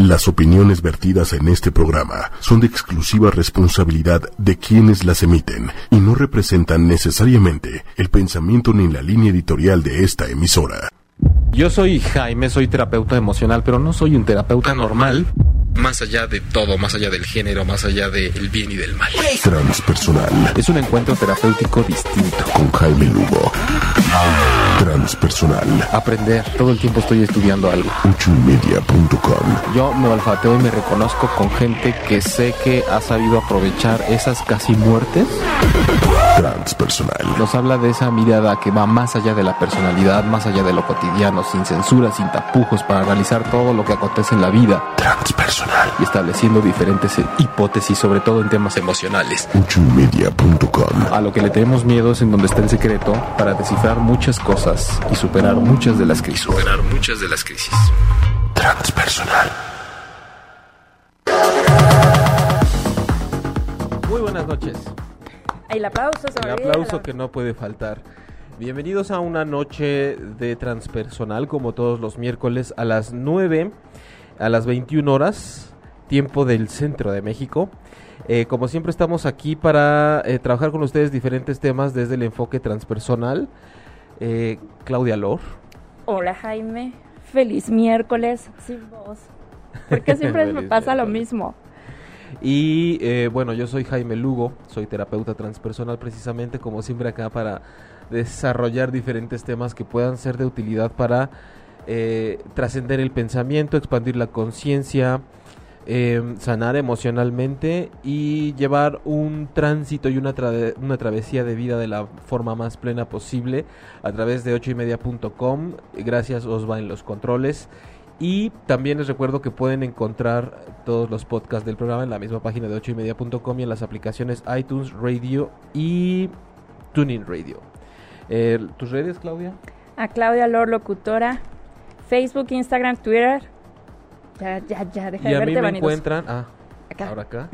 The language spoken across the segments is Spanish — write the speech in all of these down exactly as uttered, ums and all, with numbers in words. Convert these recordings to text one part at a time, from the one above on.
Las opiniones vertidas en este programa son de exclusiva responsabilidad de quienes las emiten y no representan necesariamente el pensamiento ni la línea editorial de esta emisora. Yo soy Jaime, soy terapeuta emocional, pero no soy un terapeuta normal. Más allá de todo, más allá del género, más allá del bien y del mal. Transpersonal. Es un encuentro terapéutico distinto. Con Jaime Lugo. Transpersonal. Aprender. Todo el tiempo estoy estudiando algo. ocho y media punto com. Yo me olfateo y me reconozco con gente que sé que ha sabido aprovechar esas casi muertes. Transpersonal. Nos habla de esa mirada que va más allá de la personalidad, más allá de lo cotidiano, sin censura, sin tapujos, para analizar todo lo que acontece en la vida. Transpersonal. Y estableciendo diferentes hipótesis, sobre todo en temas emocionales. ocho y media punto com. A lo que le tenemos miedo es en donde está el secreto para descifrar muchas cosas y superar muchas de las crisis. Superar muchas de las crisis. Transpersonal. Muy buenas noches. El aplauso, se El aplauso que no puede faltar. Bienvenidos a una noche de Transpersonal, como todos los miércoles a las nueve, a las veintiuna horas, tiempo del centro de México. Eh, como siempre estamos aquí para eh, trabajar con ustedes diferentes temas desde el enfoque transpersonal. Eh, Claudia Lor. Hola Jaime, feliz miércoles sin voz, porque siempre me pasa lo mismo. Y eh, bueno, yo soy Jaime Lugo, soy terapeuta transpersonal precisamente, como siempre acá para desarrollar diferentes temas que puedan ser de utilidad para eh, trascender el pensamiento, expandir la conciencia, eh, sanar emocionalmente y llevar un tránsito y una, tra- una travesía de vida de la forma más plena posible a través de ocho y media punto com. Gracias Osva en los controles. Y también les recuerdo que pueden encontrar todos los podcasts del programa en la misma página de ocho y media punto com y en las aplicaciones iTunes Radio y TuneIn Radio. Eh, ¿Tus redes, Claudia? A Claudia Lor, locutora, Facebook, Instagram, Twitter. Ya, ya, ya, deja y de a verte mí me vanidoso. encuentran, ah, Acá. ahora acá,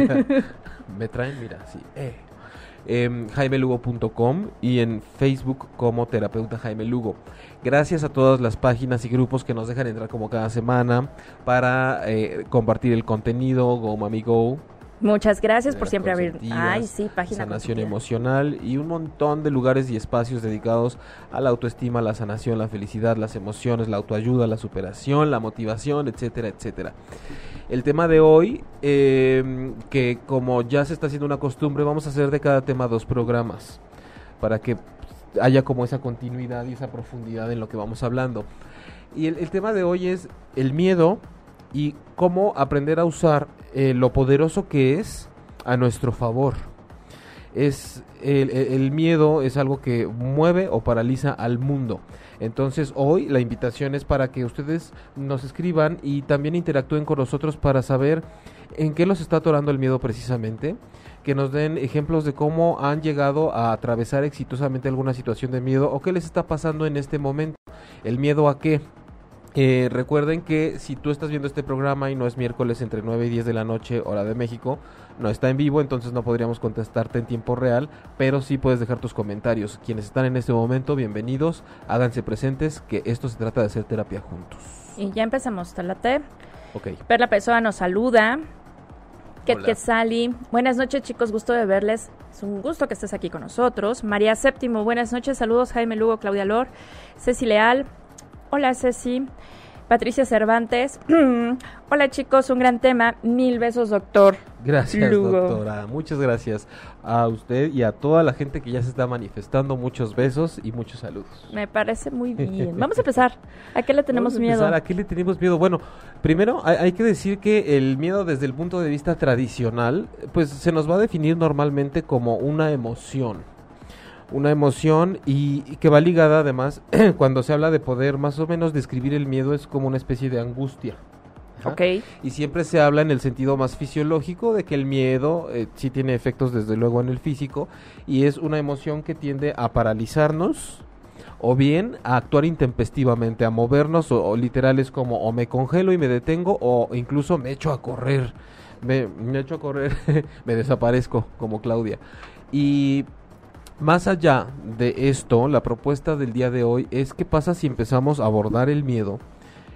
me traen, mira, sí, eh. Eh, jaime lugo punto com y en Facebook como terapeuta Jaime Lugo. Gracias a todas las páginas y grupos que nos dejan entrar como cada semana para eh, compartir el contenido. Go Mami Go. Muchas gracias por siempre abrir. Ay, sí, página Sanación consentida. Emocional y un montón de lugares y espacios dedicados a la autoestima, la sanación, la felicidad, las emociones, la autoayuda, la superación, la motivación, etcétera, etcétera. El tema de hoy, eh, que como ya se está haciendo una costumbre, vamos a hacer de cada tema dos programas para que haya como esa continuidad y esa profundidad en lo que vamos hablando. Y el, el tema de hoy es el miedo y cómo aprender a usar eh, lo poderoso que es a nuestro favor. Es el, el, el miedo es algo que mueve o paraliza al mundo. Entonces hoy la invitación es para que ustedes nos escriban y también interactúen con nosotros para saber en qué los está atorando el miedo precisamente, que nos den ejemplos de cómo han llegado a atravesar exitosamente alguna situación de miedo o qué les está pasando en este momento. ¿El miedo a qué? Eh, recuerden que si tú estás viendo este programa y no es miércoles entre nueve y diez de la noche, hora de México, no está en vivo, entonces no podríamos contestarte en tiempo real, pero sí puedes dejar tus comentarios. Quienes están en este momento, bienvenidos, háganse presentes, que esto se trata de hacer terapia juntos. Y ya empezamos, ¿te late? Ok. Perla Pessoa nos saluda. Ket Hola. Quetzali, buenas noches chicos, gusto de verles, es un gusto que estés aquí con nosotros. María Séptimo, buenas noches, saludos Jaime Lugo, Claudia Lor, Ceci Leal, hola Ceci, Patricia Cervantes, hola chicos, un gran tema, mil besos doctor. Gracias Lugo. Doctora, muchas gracias a usted y a toda la gente que ya se está manifestando, muchos besos y muchos saludos. Me parece muy bien. Vamos a empezar. ¿A qué le tenemos Vamos a miedo? empezar. ¿A qué le tenemos miedo? Bueno, primero hay, hay que decir que el miedo desde el punto de vista tradicional, pues se nos va a definir normalmente como una emoción. Una emoción y, y que va ligada además, cuando se habla de poder más o menos describir el miedo es como una especie de angustia. Ajá. Ok. Y siempre se habla en el sentido más fisiológico de que el miedo eh, sí tiene efectos desde luego en el físico y es una emoción que tiende a paralizarnos o bien a actuar intempestivamente, a movernos o, o literal es como o me congelo y me detengo o incluso me echo a correr, me, me echo a correr, me desaparezco como Claudia. Y más allá de esto, la propuesta del día de hoy es qué pasa si empezamos a abordar el miedo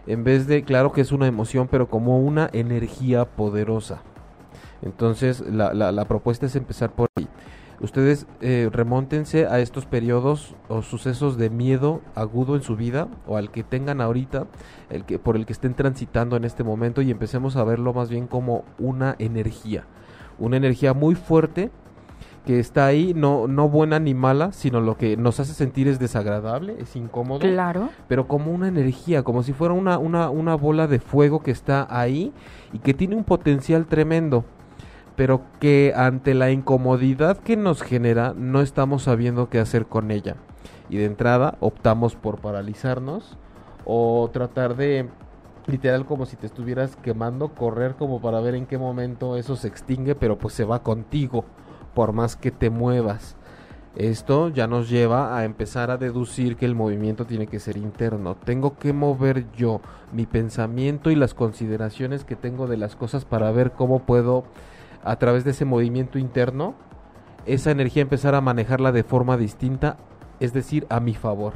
en vez de, claro que es una emoción, pero como una energía poderosa. Entonces la, la, la propuesta es empezar por ahí. Ustedes eh, remóntense a estos periodos o sucesos de miedo agudo en su vida, o al que tengan ahorita, el que por el que estén transitando en este momento, y empecemos a verlo más bien como una energía, una energía muy fuerte que está ahí, no, no buena ni mala, sino lo que nos hace sentir es desagradable, es incómodo, claro, pero como una energía, como si fuera una, una, una bola de fuego que está ahí y que tiene un potencial tremendo, pero que ante la incomodidad que nos genera no estamos sabiendo qué hacer con ella, y de entrada optamos por paralizarnos o tratar de, literal como si te estuvieras quemando, correr como para ver en qué momento eso se extingue, pero pues se va contigo por más que te muevas. Esto ya nos lleva a empezar a deducir que el movimiento tiene que ser interno. Tengo que mover yo mi pensamiento y las consideraciones que tengo de las cosas para ver cómo puedo, a través de ese movimiento interno, esa energía empezar a manejarla de forma distinta, es decir, a mi favor.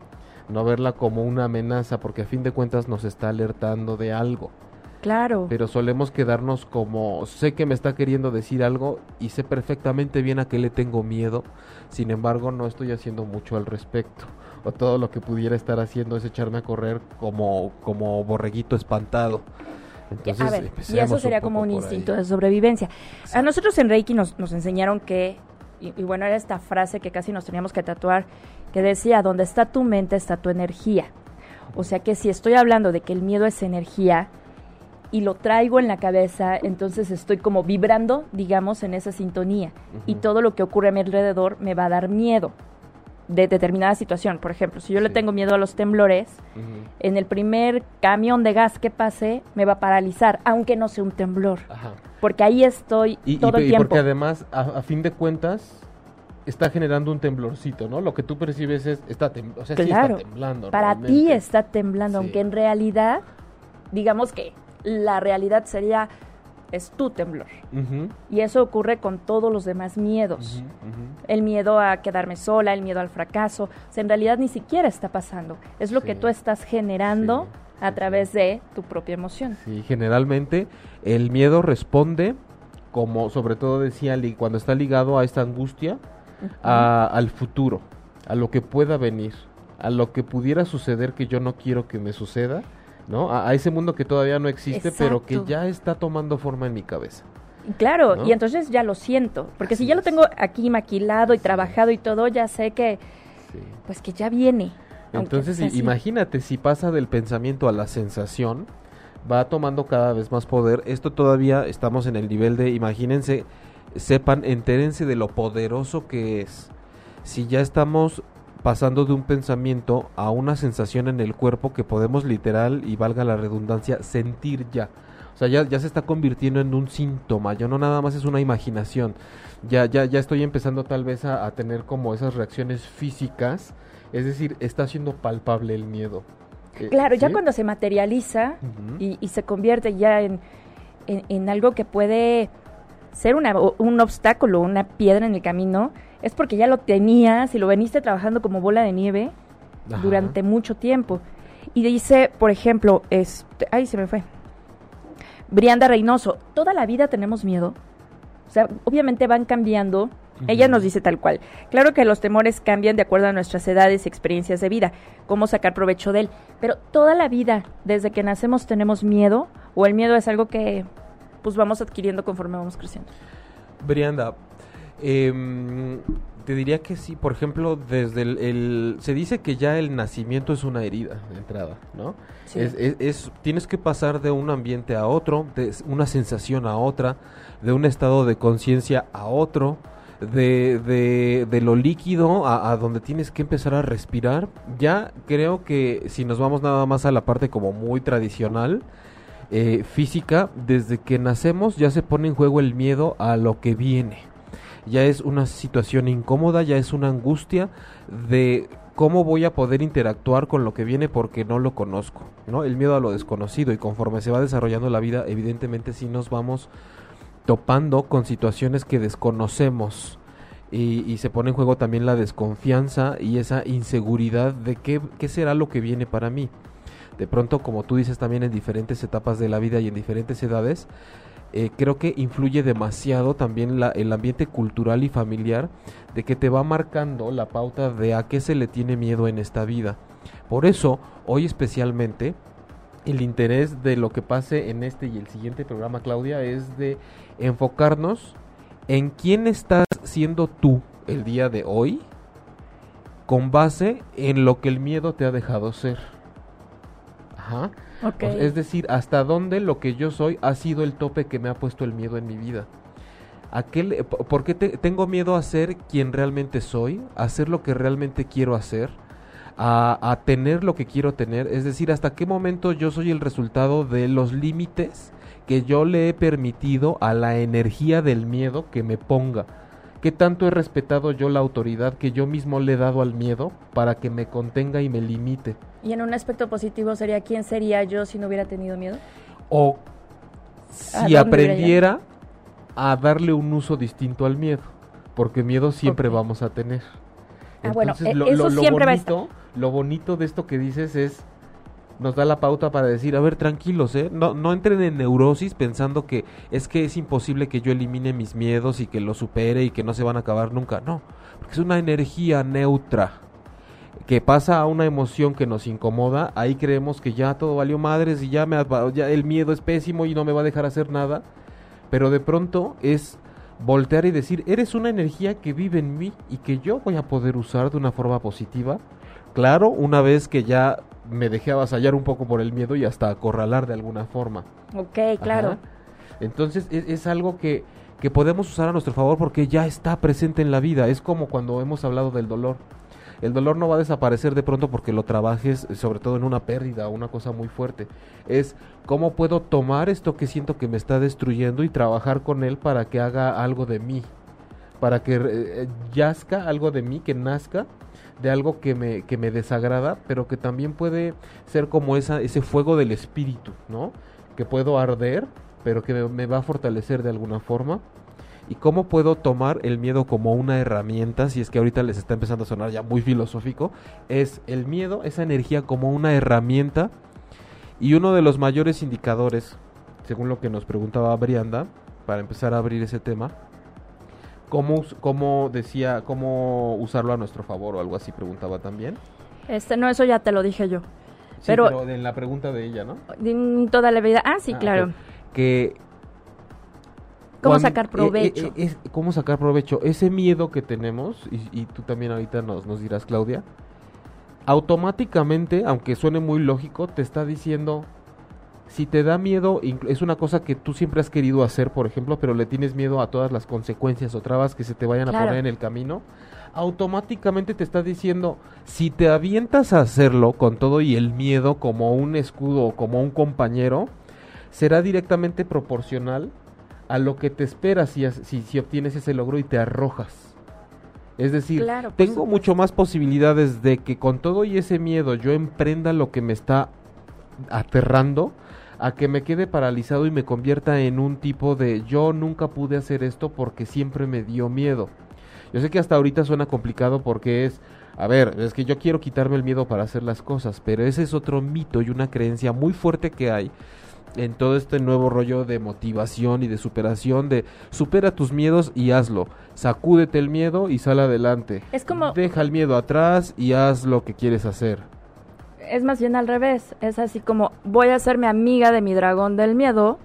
No verla como una amenaza, porque a fin de cuentas nos está alertando de algo. Claro. Pero solemos quedarnos como, sé que me está queriendo decir algo y sé perfectamente bien a qué le tengo miedo, sin embargo no estoy haciendo mucho al respecto. O todo lo que pudiera estar haciendo es echarme a correr como, como borreguito espantado. Entonces, a ver, y eso sería como un instinto ahí de sobrevivencia. Sí. A nosotros en Reiki nos, nos enseñaron que, y, y bueno, era esta frase que casi nos teníamos que tatuar, que decía, donde está tu mente está tu energía. O sea que si estoy hablando de que el miedo es energía y lo traigo en la cabeza, entonces estoy como vibrando, digamos, en esa sintonía. Uh-huh. Y todo lo que ocurre a mi alrededor me va a dar miedo de determinada situación. Por ejemplo, si yo sí. le tengo miedo a los temblores, uh-huh. en el primer camión de gas que pase, me va a paralizar, aunque no sea un temblor. Ajá. Porque ahí estoy y, todo y, el tiempo. Y porque además, a, a fin de cuentas, está generando un temblorcito, ¿no? Lo que tú percibes es, está, tem- o sea, claro, sí está temblando. Para realmente. ti está temblando, sí. aunque en realidad, digamos que la realidad sería, es tu temblor. Uh-huh. Y eso ocurre con todos los demás miedos. Uh-huh, uh-huh. El miedo a quedarme sola, el miedo al fracaso. O sea, en realidad ni siquiera está pasando. Es lo sí. que tú estás generando sí. a través de tu propia emoción. Sí, generalmente el miedo responde, como sobre todo decía, cuando está ligado a esta angustia, uh-huh. a, al futuro, a lo que pueda venir, a lo que pudiera suceder que yo no quiero que me suceda, ¿no? A, a ese mundo que todavía no existe, exacto. pero que ya está tomando forma en mi cabeza. Claro, ¿no? Y entonces ya lo siento, porque Así si ya es. lo tengo aquí maquilado y sí. trabajado y todo, ya sé que, sí. pues que ya viene. Entonces, i- imagínate, si pasa del pensamiento a la sensación, va tomando cada vez más poder. Esto todavía estamos en el nivel de, imagínense, sepan, entérense de lo poderoso que es. Si ya estamos pasando de un pensamiento a una sensación en el cuerpo que podemos literal, y valga la redundancia, sentir ya. O sea, ya, ya se está convirtiendo en un síntoma, ya no nada más es una imaginación. Ya, ya, ya estoy empezando tal vez a, a tener como esas reacciones físicas, es decir, está siendo palpable el miedo. Claro, ¿sí? ya cuando se materializa uh-huh. y, y se convierte ya en, en, en algo que puede ser una, un obstáculo, una piedra en el camino, es porque ya lo tenías y lo veniste trabajando como bola de nieve Ajá. durante mucho tiempo. Y dice, por ejemplo, este, ay, se me fue, Brianda Reynoso, ¿toda la vida tenemos miedo? O sea, obviamente van cambiando. Uh-huh. Ella nos dice tal cual. Claro que los temores cambian de acuerdo a nuestras edades y experiencias de vida, cómo sacar provecho de él. Pero toda la vida, desde que nacemos, tenemos miedo, o el miedo es algo que pues vamos adquiriendo conforme vamos creciendo. Brianda, eh, te diría que sí. Por ejemplo, desde el, el se dice que ya el nacimiento es una herida de entrada, ¿no? Sí. Es, es, es tienes que pasar de un ambiente a otro, de una sensación a otra, de un estado de conciencia a otro, de, de, de lo líquido a, a donde tienes que empezar a respirar. Ya creo que si nos vamos nada más a la parte como muy tradicional, eh, física, desde que nacemos ya se pone en juego el miedo a lo que viene. Ya es una situación incómoda, ya es una angustia de cómo voy a poder interactuar con lo que viene porque no lo conozco, ¿no? El miedo a lo desconocido, y conforme se va desarrollando la vida, evidentemente sí nos vamos topando con situaciones que desconocemos, y, y se pone en juego también la desconfianza y esa inseguridad de qué, qué será lo que viene para mí. de pronto, como tú dices, también en diferentes etapas de la vida y en diferentes edades, eh, creo que influye demasiado también la, el ambiente cultural y familiar, de que te va marcando la pauta de a qué se le tiene miedo en esta vida. Por eso, hoy especialmente, el interés de lo que pase en este y el siguiente programa, Claudia, es de enfocarnos en quién estás siendo tú el día de hoy, con base en lo que el miedo te ha dejado ser. Ajá. Okay. O sea, es decir, hasta dónde lo que yo soy ha sido el tope que me ha puesto el miedo en mi vida. Aquel, ¿por qué te, tengo miedo a ser quien realmente soy? A hacer lo que realmente quiero hacer. A, a tener lo que quiero tener, es decir, hasta qué momento yo soy el resultado de los límites que yo le he permitido a la energía del miedo que me ponga. ¿Qué tanto he respetado yo la autoridad que yo mismo le he dado al miedo para que me contenga y me limite? Y en un aspecto positivo sería, ¿quién sería yo si no hubiera tenido miedo? O si aprendiera a darle un uso distinto al miedo, porque miedo siempre okay. vamos a tener. Ah, Entonces, bueno, lo, eso lo, lo siempre bonito, va a estar. Lo bonito de esto que dices es, nos da la pauta para decir, a ver, tranquilos, ¿eh? No, no entren en neurosis pensando que es que es imposible que yo elimine mis miedos y que los supere y que no se van a acabar nunca. No, porque es una energía neutra que pasa a una emoción que nos incomoda. Ahí creemos que ya todo valió madres y ya, me, ya el miedo es pésimo y no me va a dejar hacer nada. Pero de pronto es voltear y decir, eres una energía que vive en mí y que yo voy a poder usar de una forma positiva. Claro, una vez que ya me dejé avasallar un poco por el miedo y hasta acorralar de alguna forma. Ok, claro. Ajá. Entonces es, es algo que, que podemos usar a nuestro favor porque ya está presente en la vida. Es como cuando hemos hablado del dolor. El dolor no va a desaparecer de pronto porque lo trabajes, sobre todo en una pérdida o una cosa muy fuerte. Es cómo puedo tomar esto que siento que me está destruyendo y trabajar con él para que haga algo de mí. Para que eh, yazca algo de mí, que nazca de algo que me, que me desagrada, pero que también puede ser como esa, ese fuego del espíritu, ¿no? Que puedo arder, pero que me, me va a fortalecer de alguna forma. Y cómo puedo tomar el miedo como una herramienta, si es que ahorita les está empezando a sonar ya muy filosófico, es el miedo, esa energía como una herramienta. Y uno de los mayores indicadores, según lo que nos preguntaba Brianda, para empezar a abrir ese tema, ¿Cómo, cómo decía, cómo usarlo a nuestro favor o algo así preguntaba también? Este, no, eso ya te lo dije yo. Sí, pero, pero en la pregunta de ella, ¿no? En toda la vida. Ah, sí, ah, claro. Okay. Que ¿Cómo cuando, sacar provecho? Eh, eh, es, ¿Cómo sacar provecho? Ese miedo que tenemos, y, y tú también ahorita nos, nos dirás, Claudia, automáticamente, aunque suene muy lógico, te está diciendo... Si te da miedo, es una cosa que tú siempre has querido hacer, por ejemplo, pero le tienes miedo a todas las consecuencias o trabas que se te vayan claro. a poner en el camino, automáticamente te está diciendo, si te avientas a hacerlo con todo y el miedo como un escudo o como un compañero, será directamente proporcional a lo que te esperas si, si, si obtienes ese logro y te arrojas. Es decir, claro, tengo supuesto. mucho más posibilidades de que con todo y ese miedo yo emprenda lo que me está aterrando, a que me quede paralizado y me convierta en un tipo de yo nunca pude hacer esto porque siempre me dio miedo. Yo sé que hasta ahorita suena complicado porque es, a ver, es que yo quiero quitarme el miedo para hacer las cosas, pero ese es otro mito y una creencia muy fuerte que hay en todo este nuevo rollo de motivación y de superación, de supera tus miedos y hazlo, sacúdete el miedo y sal adelante. Es como... Deja el miedo atrás y haz lo que quieres hacer. Es más bien al revés, es así como voy a hacerme amiga de mi dragón del miedo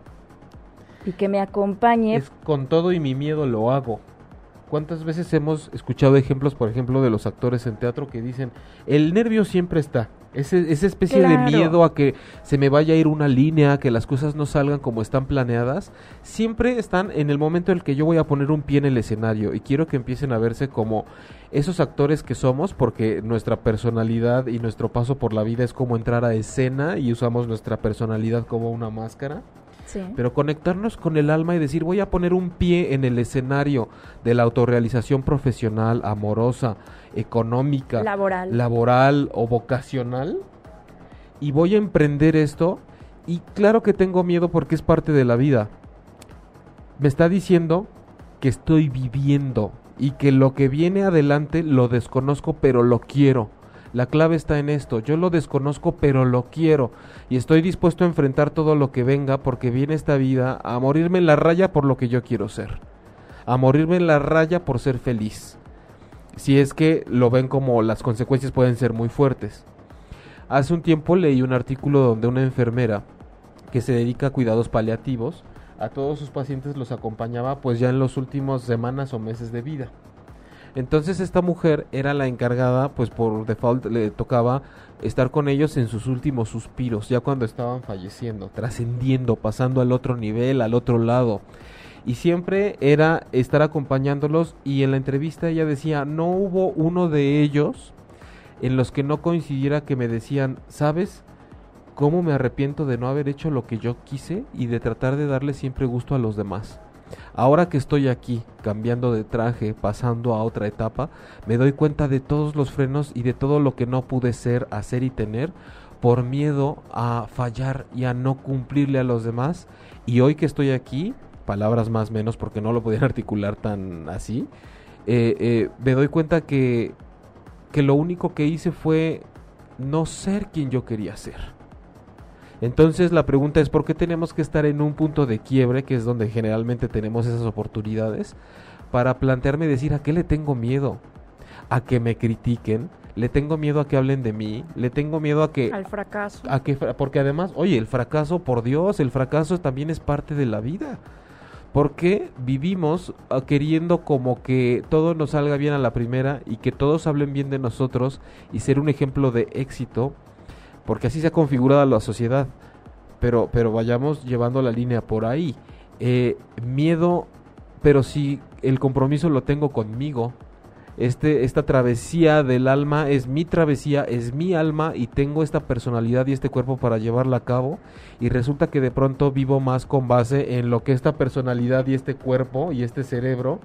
y que me acompañe. Es con todo y mi miedo lo hago. ¿Cuántas veces hemos escuchado ejemplos, por ejemplo, de los actores en teatro que dicen, el nervio siempre está, ese, esa especie claro. de miedo a que se me vaya a ir una línea, a que las cosas no salgan como están planeadas, siempre están en el momento en el que yo voy a poner un pie en el escenario y quiero que empiecen a verse como esos actores que somos, porque nuestra personalidad y nuestro paso por la vida es como entrar a escena y usamos nuestra personalidad como una máscara. Sí. Pero conectarnos con el alma y decir, voy a poner un pie en el escenario de la autorrealización profesional, amorosa, económica, laboral, laboral o vocacional, y voy a emprender esto, y claro que tengo miedo porque es parte de la vida. Me está diciendo que estoy viviendo y que lo que viene adelante lo desconozco, pero lo quiero. La clave está en esto, yo lo desconozco pero lo quiero y estoy dispuesto a enfrentar todo lo que venga porque viene esta vida a morirme en la raya por lo que yo quiero ser, a morirme en la raya por ser feliz, si es que lo ven como las consecuencias pueden ser muy fuertes. Hace un tiempo leí un artículo donde una enfermera que se dedica a cuidados paliativos, a todos sus pacientes los acompañaba pues ya en los últimos semanas o meses de vida. Entonces esta mujer era la encargada, pues por default le tocaba estar con ellos en sus últimos suspiros, ya cuando estaban falleciendo, trascendiendo, pasando al otro nivel, al otro lado. Y siempre era estar acompañándolos y en la entrevista ella decía, no hubo uno de ellos en los que no coincidiera que me decían, ¿sabes cómo me arrepiento de no haber hecho lo que yo quise y de tratar de darle siempre gusto a los demás? Ahora que estoy aquí, cambiando de traje, pasando a otra etapa, me doy cuenta de todos los frenos y de todo lo que no pude ser, hacer y tener por miedo a fallar y a no cumplirle a los demás. Y hoy que estoy aquí, palabras más menos porque no lo podían articular tan así, eh, eh, me doy cuenta que, que lo único que hice fue no ser quien yo quería ser. Entonces la pregunta es, ¿por qué tenemos que estar en un punto de quiebre, que es donde generalmente tenemos esas oportunidades, para plantearme y decir, ¿a qué le tengo miedo? ¿A que me critiquen? ¿Le tengo miedo a que hablen de mí? ¿Le tengo miedo a que... al fracaso? A que, porque además, oye, el fracaso, por Dios, el fracaso también es parte de la vida. ¿Por qué vivimos uh, queriendo como que todo nos salga bien a la primera y que todos hablen bien de nosotros y ser un ejemplo de éxito? Porque así se ha configurado la sociedad, pero, pero vayamos llevando la línea por ahí. Eh, miedo, pero si el compromiso lo tengo conmigo, este, esta travesía del alma es mi travesía, es mi alma y tengo esta personalidad y este cuerpo para llevarla a cabo y resulta que de pronto vivo más con base en lo que esta personalidad y este cuerpo y este cerebro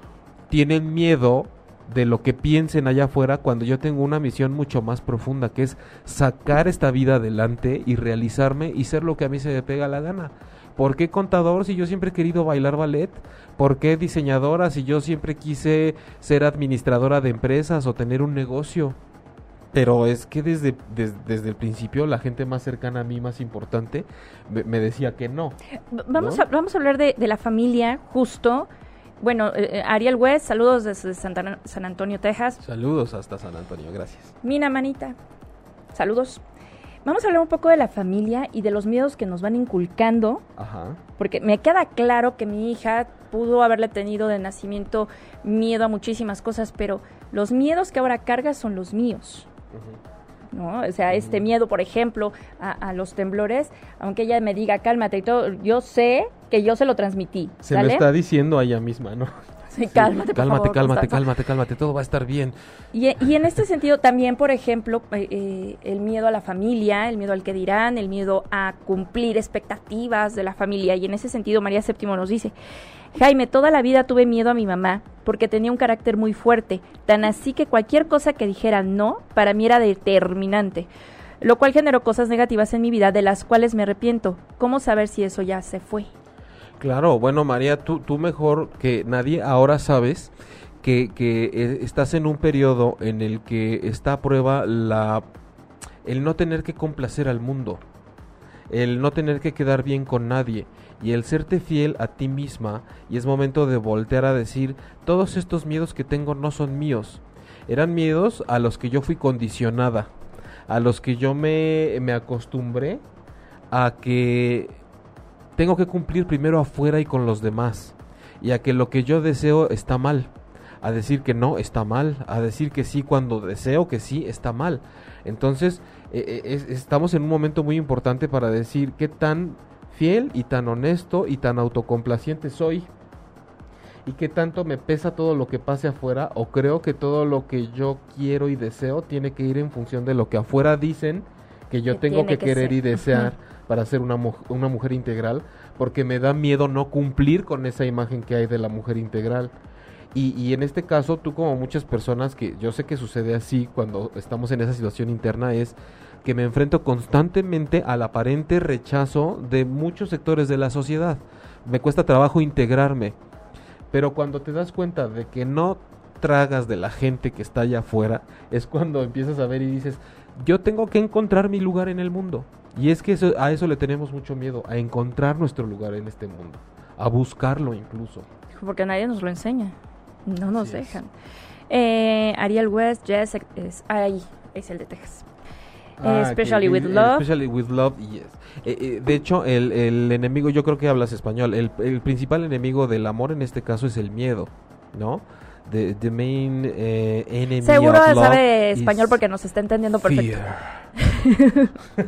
tienen miedo de lo que piensen allá afuera, cuando yo tengo una misión mucho más profunda, que es sacar esta vida adelante y realizarme y ser lo que a mí se me pega la gana. ¿Por qué contador si yo siempre he querido bailar ballet? ¿Por qué diseñadora si yo siempre quise ser administradora de empresas o tener un negocio? Pero es que desde, desde, desde el principio la gente más cercana a mí, más importante, me, me decía que no. Vamos, ¿no? a, vamos a hablar de, de la familia, justo. Bueno, eh, Ariel West, saludos desde Santa, San Antonio, Texas. Saludos hasta San Antonio, gracias. Mina Manita, saludos. Vamos a hablar un poco de la familia y de los miedos que nos van inculcando. Ajá. Porque me queda claro que mi hija pudo haberle tenido de nacimiento miedo a muchísimas cosas, pero los miedos que ahora carga son los míos. Uh-huh. ¿No? O sea, uh-huh. este miedo, por ejemplo, a, a los temblores, aunque ella me diga cálmate y todo, yo sé que yo se lo transmití. Se ¿sale? lo está diciendo a ella misma, ¿no? Sí, cálmate, por cálmate, favor, cálmate, cálmate, cálmate, todo va a estar bien. Y, y en este sentido también, por ejemplo, eh, eh, el miedo a la familia, el miedo al que dirán, el miedo a cumplir expectativas de la familia. Y en ese sentido, María Séptimo nos dice, Jaime, toda la vida tuve miedo a mi mamá porque tenía un carácter muy fuerte, tan así que cualquier cosa que dijera no, para mí era determinante, lo cual generó cosas negativas en mi vida de las cuales me arrepiento. ¿Cómo saber si eso ya se fue? Claro, bueno, María, tú, tú mejor que nadie ahora sabes que, que eh, estás en un periodo en el que está a prueba la, el no tener que complacer al mundo, el no tener que quedar bien con nadie y el serte fiel a ti misma, y es momento de voltear a decir, todos estos miedos que tengo no son míos, eran miedos a los que yo fui condicionada, a los que yo me, me acostumbré a que tengo que cumplir primero afuera y con los demás, y a que lo que yo deseo está mal, a decir que no está mal, a decir que sí cuando deseo que sí está mal. Entonces eh, es, estamos en un momento muy importante para decir qué tan fiel y tan honesto y tan autocomplaciente soy, y qué tanto me pesa todo lo que pase afuera, o creo que todo lo que yo quiero y deseo tiene que ir en función de lo que afuera dicen que yo que tengo que, que querer ser. y desear uh-huh. para ser una, mu- una mujer integral, porque me da miedo no cumplir con esa imagen que hay de la mujer integral. Y, y en este caso, tú como muchas personas, que yo sé que sucede así cuando estamos en esa situación interna, es que me enfrento constantemente al aparente rechazo de muchos sectores de la sociedad. Me cuesta trabajo integrarme, pero cuando te das cuenta de que no tragas de la gente que está allá afuera, es cuando empiezas a ver y dices, yo tengo que encontrar mi lugar en el mundo. Y es que eso, a eso le tenemos mucho miedo, a encontrar nuestro lugar en este mundo, a buscarlo incluso. Porque nadie nos lo enseña, no nos Así dejan. Eh, Ariel West, Jess, es, ahí, es el de Texas. Ah, eh, especially que, with eh, love. Especially with love, yes. Eh, eh, de hecho, el, el enemigo, yo creo que hablas español, el, el principal enemigo del amor en este caso es el miedo, ¿no? The, the main eh, enemy Seguro of love sabe is español porque nos está entendiendo perfecto. fear.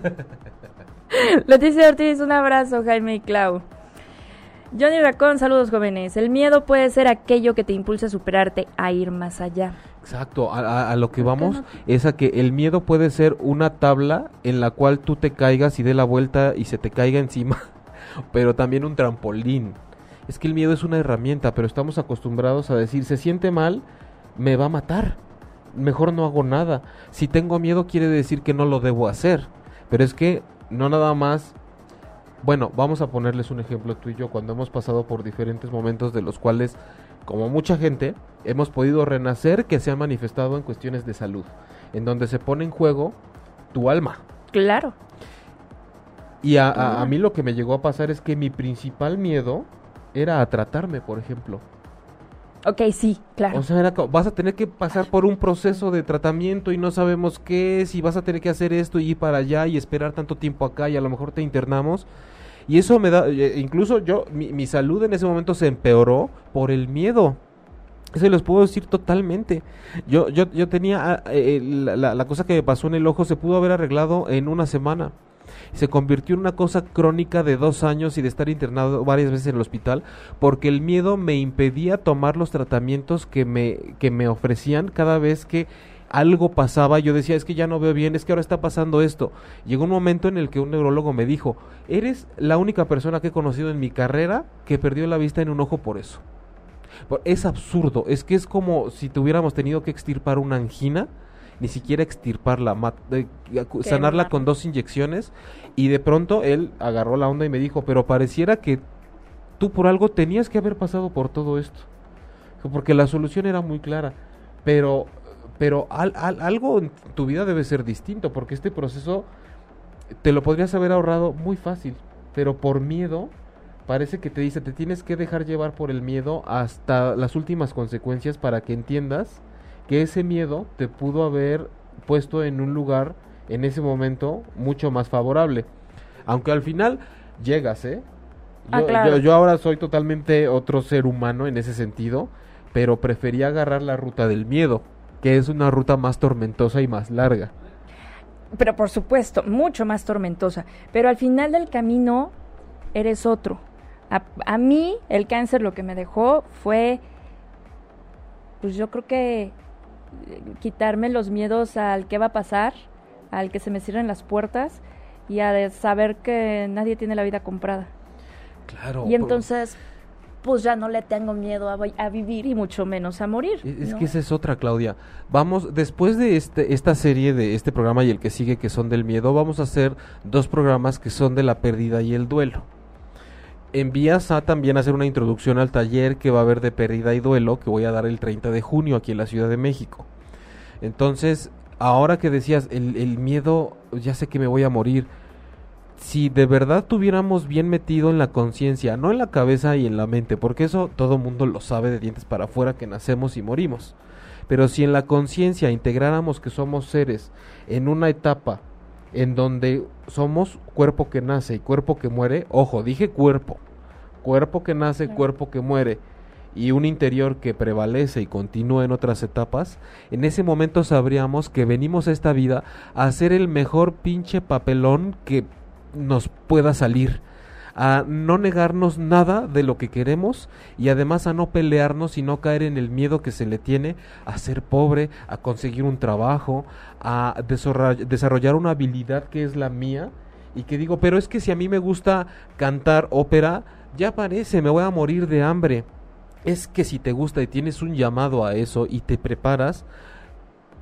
Leticia Ortiz, un abrazo, Jaime y Clau. Johnny Racón, saludos jóvenes. El miedo puede ser aquello que te impulsa a superarte, a ir más allá. Exacto, a, a, a lo que vamos no? es a que el miedo puede ser una tabla en la cual tú te caigas y dé la vuelta y se te caiga encima, pero también un trampolín. Es que el miedo es una herramienta, pero estamos acostumbrados a decir, se siente mal, me va a matar, mejor no hago nada. Si tengo miedo quiere decir que no lo debo hacer, pero es que no nada más. Bueno, vamos a ponerles un ejemplo tú y yo, cuando hemos pasado por diferentes momentos de los cuales, como mucha gente, hemos podido renacer, que se han manifestado en cuestiones de salud, en donde se pone en juego tu alma. Claro. Y a, a, a mí lo que me llegó a pasar es que mi principal miedo era a tratarme, por ejemplo. Ok, sí, claro. O sea, era, co- vas a tener que pasar por un proceso de tratamiento y no sabemos qué es, y vas a tener que hacer esto y ir para allá y esperar tanto tiempo acá y a lo mejor te internamos. Y eso me da, eh, incluso yo, mi, mi salud en ese momento se empeoró por el miedo. Eso les puedo decir totalmente. Yo yo yo tenía, eh, la, la, la cosa que me pasó en el ojo se pudo haber arreglado en una semana. Se convirtió en una cosa crónica de dos años y de estar internado varias veces en el hospital porque el miedo me impedía tomar los tratamientos que me, que me ofrecían cada vez que algo pasaba. Yo decía, es que ya no veo bien, es que ahora está pasando esto. Llegó un momento en el que un neurólogo me dijo, eres la única persona que he conocido en mi carrera que perdió la vista en un ojo por eso. Es absurdo, es que es como si tuviéramos tenido que extirpar una angina, ni siquiera extirparla, mat- eh, sanarla mal. con dos inyecciones, y de pronto él agarró la onda y me dijo, pero pareciera que tú por algo tenías que haber pasado por todo esto, porque la solución era muy clara, pero, pero al, al, algo en tu vida debe ser distinto, porque este proceso te lo podrías haber ahorrado muy fácil, pero por miedo parece que te dice, te tienes que dejar llevar por el miedo hasta las últimas consecuencias para que entiendas que ese miedo te pudo haber puesto en un lugar en ese momento mucho más favorable. Aunque al final llegas, ¿eh? Yo, Ah, claro. yo, yo ahora soy totalmente otro ser humano en ese sentido, pero prefería agarrar la ruta del miedo, que es una ruta más tormentosa y más larga. Pero por supuesto, mucho más tormentosa. Pero al final del camino eres otro. A, a mí el cáncer lo que me dejó fue, pues yo creo que eh, quitarme los miedos al qué va a pasar, al que se me cierren las puertas y a de saber que nadie tiene la vida comprada. Claro. Y entonces, pues ya no le tengo miedo a, a vivir y mucho menos a morir. Es ¿no? que esa es otra, Claudia. Vamos, después de este esta serie, de este programa y el que sigue, que son del miedo, vamos a hacer dos programas que son de la pérdida y el duelo. Envías a también hacer una introducción al taller que va a haber de pérdida y duelo, que voy a dar el treinta de junio aquí en la Ciudad de México. Entonces, ahora que decías, el, el miedo, ya sé que me voy a morir. Si de verdad tuviéramos bien metido en la conciencia, no en la cabeza y en la mente, porque eso todo mundo lo sabe de dientes para afuera, que nacemos y morimos. Pero si en la conciencia integráramos que somos seres en una etapa en donde somos cuerpo que nace y cuerpo que muere, ojo, dije cuerpo, cuerpo que nace, Claro. cuerpo que muere, y un interior que prevalece y continúa en otras etapas, en ese momento sabríamos que venimos a esta vida a hacer el mejor pinche papelón que nos pueda salir, a no negarnos nada de lo que queremos y además a no pelearnos y no caer en el miedo que se le tiene a ser pobre, a conseguir un trabajo, a desarroll- desarrollar una habilidad que es la mía y que digo, pero es que si a mí me gusta cantar ópera, ya parece, me voy a morir de hambre. Es que si te gusta y tienes un llamado a eso y te preparas,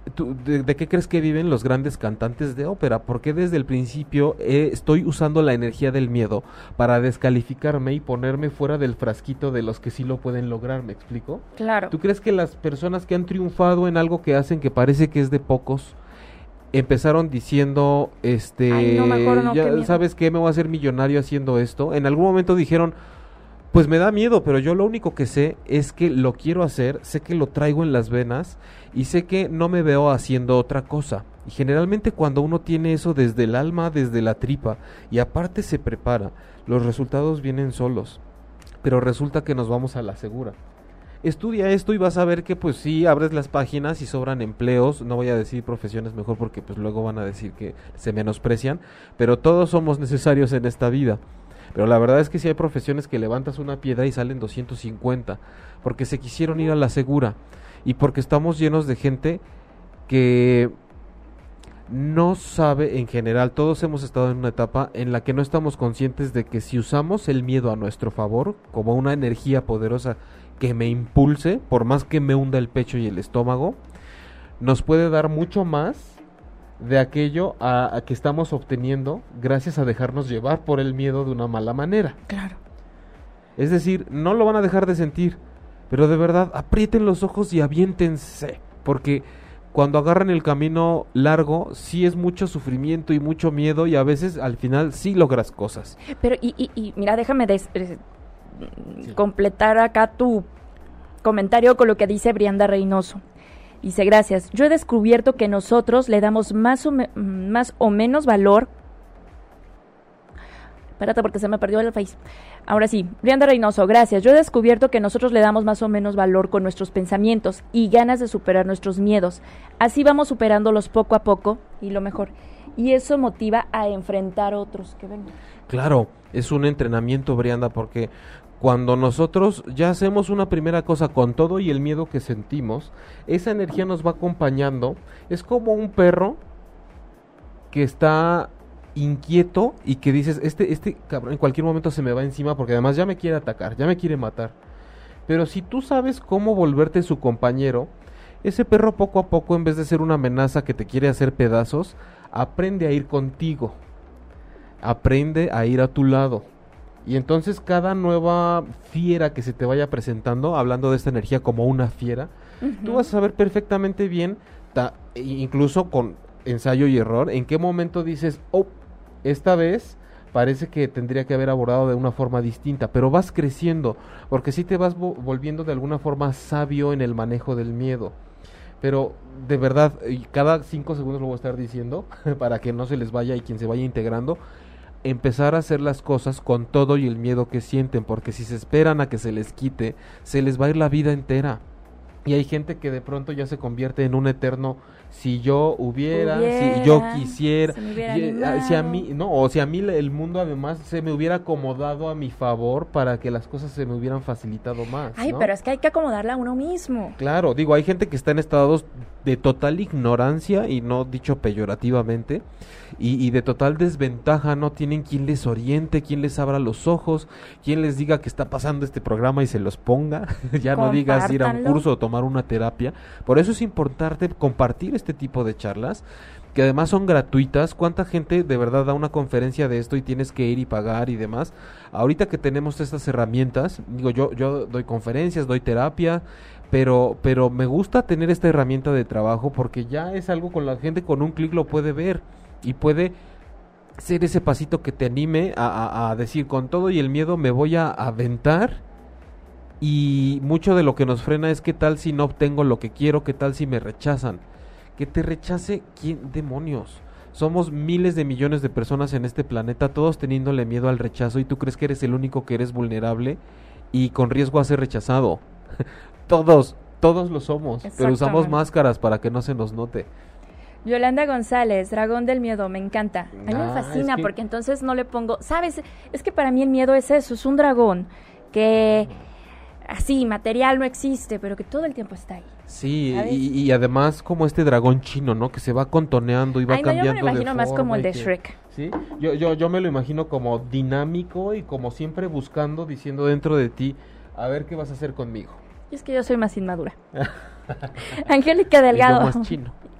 ¿tú, de, ¿de qué crees que viven los grandes cantantes de ópera? Porque desde el principio eh, estoy usando la energía del miedo para descalificarme y ponerme fuera del frasquito de los que sí lo pueden lograr, ¿me explico? Claro. ¿Tú crees que las personas que han triunfado en algo que hacen que parece que es de pocos, empezaron diciendo, este, Ay, no, mejor no, ya qué miedo. sabes qué, me voy a hacer millonario haciendo esto? En algún momento dijeron, pues me da miedo, pero yo lo único que sé es que lo quiero hacer, sé que lo traigo en las venas y sé que no me veo haciendo otra cosa. Y generalmente cuando uno tiene eso desde el alma, desde la tripa, y aparte se prepara, los resultados vienen solos. Pero resulta que nos vamos a la segura. Estudia esto y vas a ver que pues sí, abres las páginas y sobran empleos, no voy a decir profesiones mejor porque pues luego van a decir que se menosprecian, pero todos somos necesarios en esta vida. Pero la verdad es que sí hay profesiones que levantas una piedra y salen doscientos cincuenta, porque se quisieron ir a la segura, y porque estamos llenos de gente que no sabe en general, todos hemos estado en una etapa en la que no estamos conscientes de que si usamos el miedo a nuestro favor, como una energía poderosa que me impulse, por más que me hunda el pecho y el estómago, nos puede dar mucho más de aquello a, a que estamos obteniendo gracias a dejarnos llevar por el miedo de una mala manera. Claro. Es decir, no lo van a dejar de sentir, pero de verdad aprieten los ojos y aviéntense, porque cuando agarran el camino largo sí es mucho sufrimiento y mucho miedo, y a veces al final sí logras cosas. Pero y, y, y mira, déjame des, eh, sí. completar acá tu comentario con lo que dice Brianda Reynoso. Dice, gracias, yo he descubierto que nosotros le damos más o, me, más o menos valor. Espérate porque se me perdió el face. Ahora sí, Brianda Reynoso, gracias. Yo he descubierto que nosotros le damos más o menos valor con nuestros pensamientos y ganas de superar nuestros miedos. Así vamos superándolos poco a poco y lo mejor. Y eso motiva a enfrentar otros que vengan. Claro, es un entrenamiento, Brianda, porque cuando nosotros ya hacemos una primera cosa con todo y el miedo que sentimos, esa energía nos va acompañando. Es como un perro que está inquieto y que dices, este, este cabrón en cualquier momento se me va encima porque además ya me quiere atacar, ya me quiere matar. Pero si tú sabes cómo volverte su compañero, ese perro poco a poco, en vez de ser una amenaza que te quiere hacer pedazos, aprende a ir contigo, aprende a ir a tu lado. Y entonces cada nueva fiera que se te vaya presentando, hablando de esta energía como una fiera, uh-huh. tú vas a saber perfectamente bien, ta, incluso con ensayo y error, en qué momento dices, oh, esta vez parece que tendría que haber abordado de una forma distinta, pero vas creciendo, porque sí te vas vo- volviendo de alguna forma sabio en el manejo del miedo. Pero de verdad, cada cinco segundos lo voy a estar diciendo, para que no se les vaya y quien se vaya integrando, empezar a hacer las cosas con todo y el miedo que sienten, porque si se esperan a que se les quite, se les va a ir la vida entera. Y hay gente que de pronto ya se convierte en un eterno, si yo hubiera, hubiera si yo quisiera, y, si a mí, no, o si a mí el mundo además se me hubiera acomodado a mi favor para que las cosas se me hubieran facilitado más. Ay, ¿no? Pero es que hay que acomodarla a uno mismo. Claro, digo, hay gente que está en estados de total ignorancia, y no dicho peyorativamente, y, y de total desventaja, no tienen quien les oriente, quien les abra los ojos, quien les diga que está pasando este programa y se los ponga. Ya no digas ir a un curso o tomar una terapia. Por eso es importante compartir este tipo de charlas, que además son gratuitas. ¿Cuánta gente de verdad da una conferencia de esto y tienes que ir y pagar y demás? Ahorita que tenemos estas herramientas, digo, yo yo doy conferencias, doy terapia, pero pero me gusta tener esta herramienta de trabajo porque ya es algo con la gente, con un clic lo puede ver y puede ser ese pasito que te anime a, a, a decir, con todo y el miedo me voy a aventar. Y mucho de lo que nos frena es qué tal si no obtengo lo que quiero, qué tal si me rechazan. Que te rechace, ¿quién demonios? Somos miles de millones de personas en este planeta, todos teniéndole miedo al rechazo, y tú crees que eres el único que eres vulnerable y con riesgo a ser rechazado. Todos, todos lo somos, pero usamos máscaras para que no se nos note. Yolanda González, Dragón del Miedo, me encanta. A mí ah, me fascina es que... porque entonces no le pongo, ¿sabes? Es que para mí el miedo es eso, es un dragón que así, material no existe, pero que todo el tiempo está ahí. Sí, y, y además como este dragón chino, ¿no? Que se va contoneando y va Ay, no, cambiando de yo me lo imagino más como el de que, Shrek. Sí, yo, yo, yo me lo imagino como dinámico y como siempre buscando, diciendo dentro de ti, a ver qué vas a hacer conmigo. Y es que yo soy más inmadura. Angélica Delgado. Es lo más chino.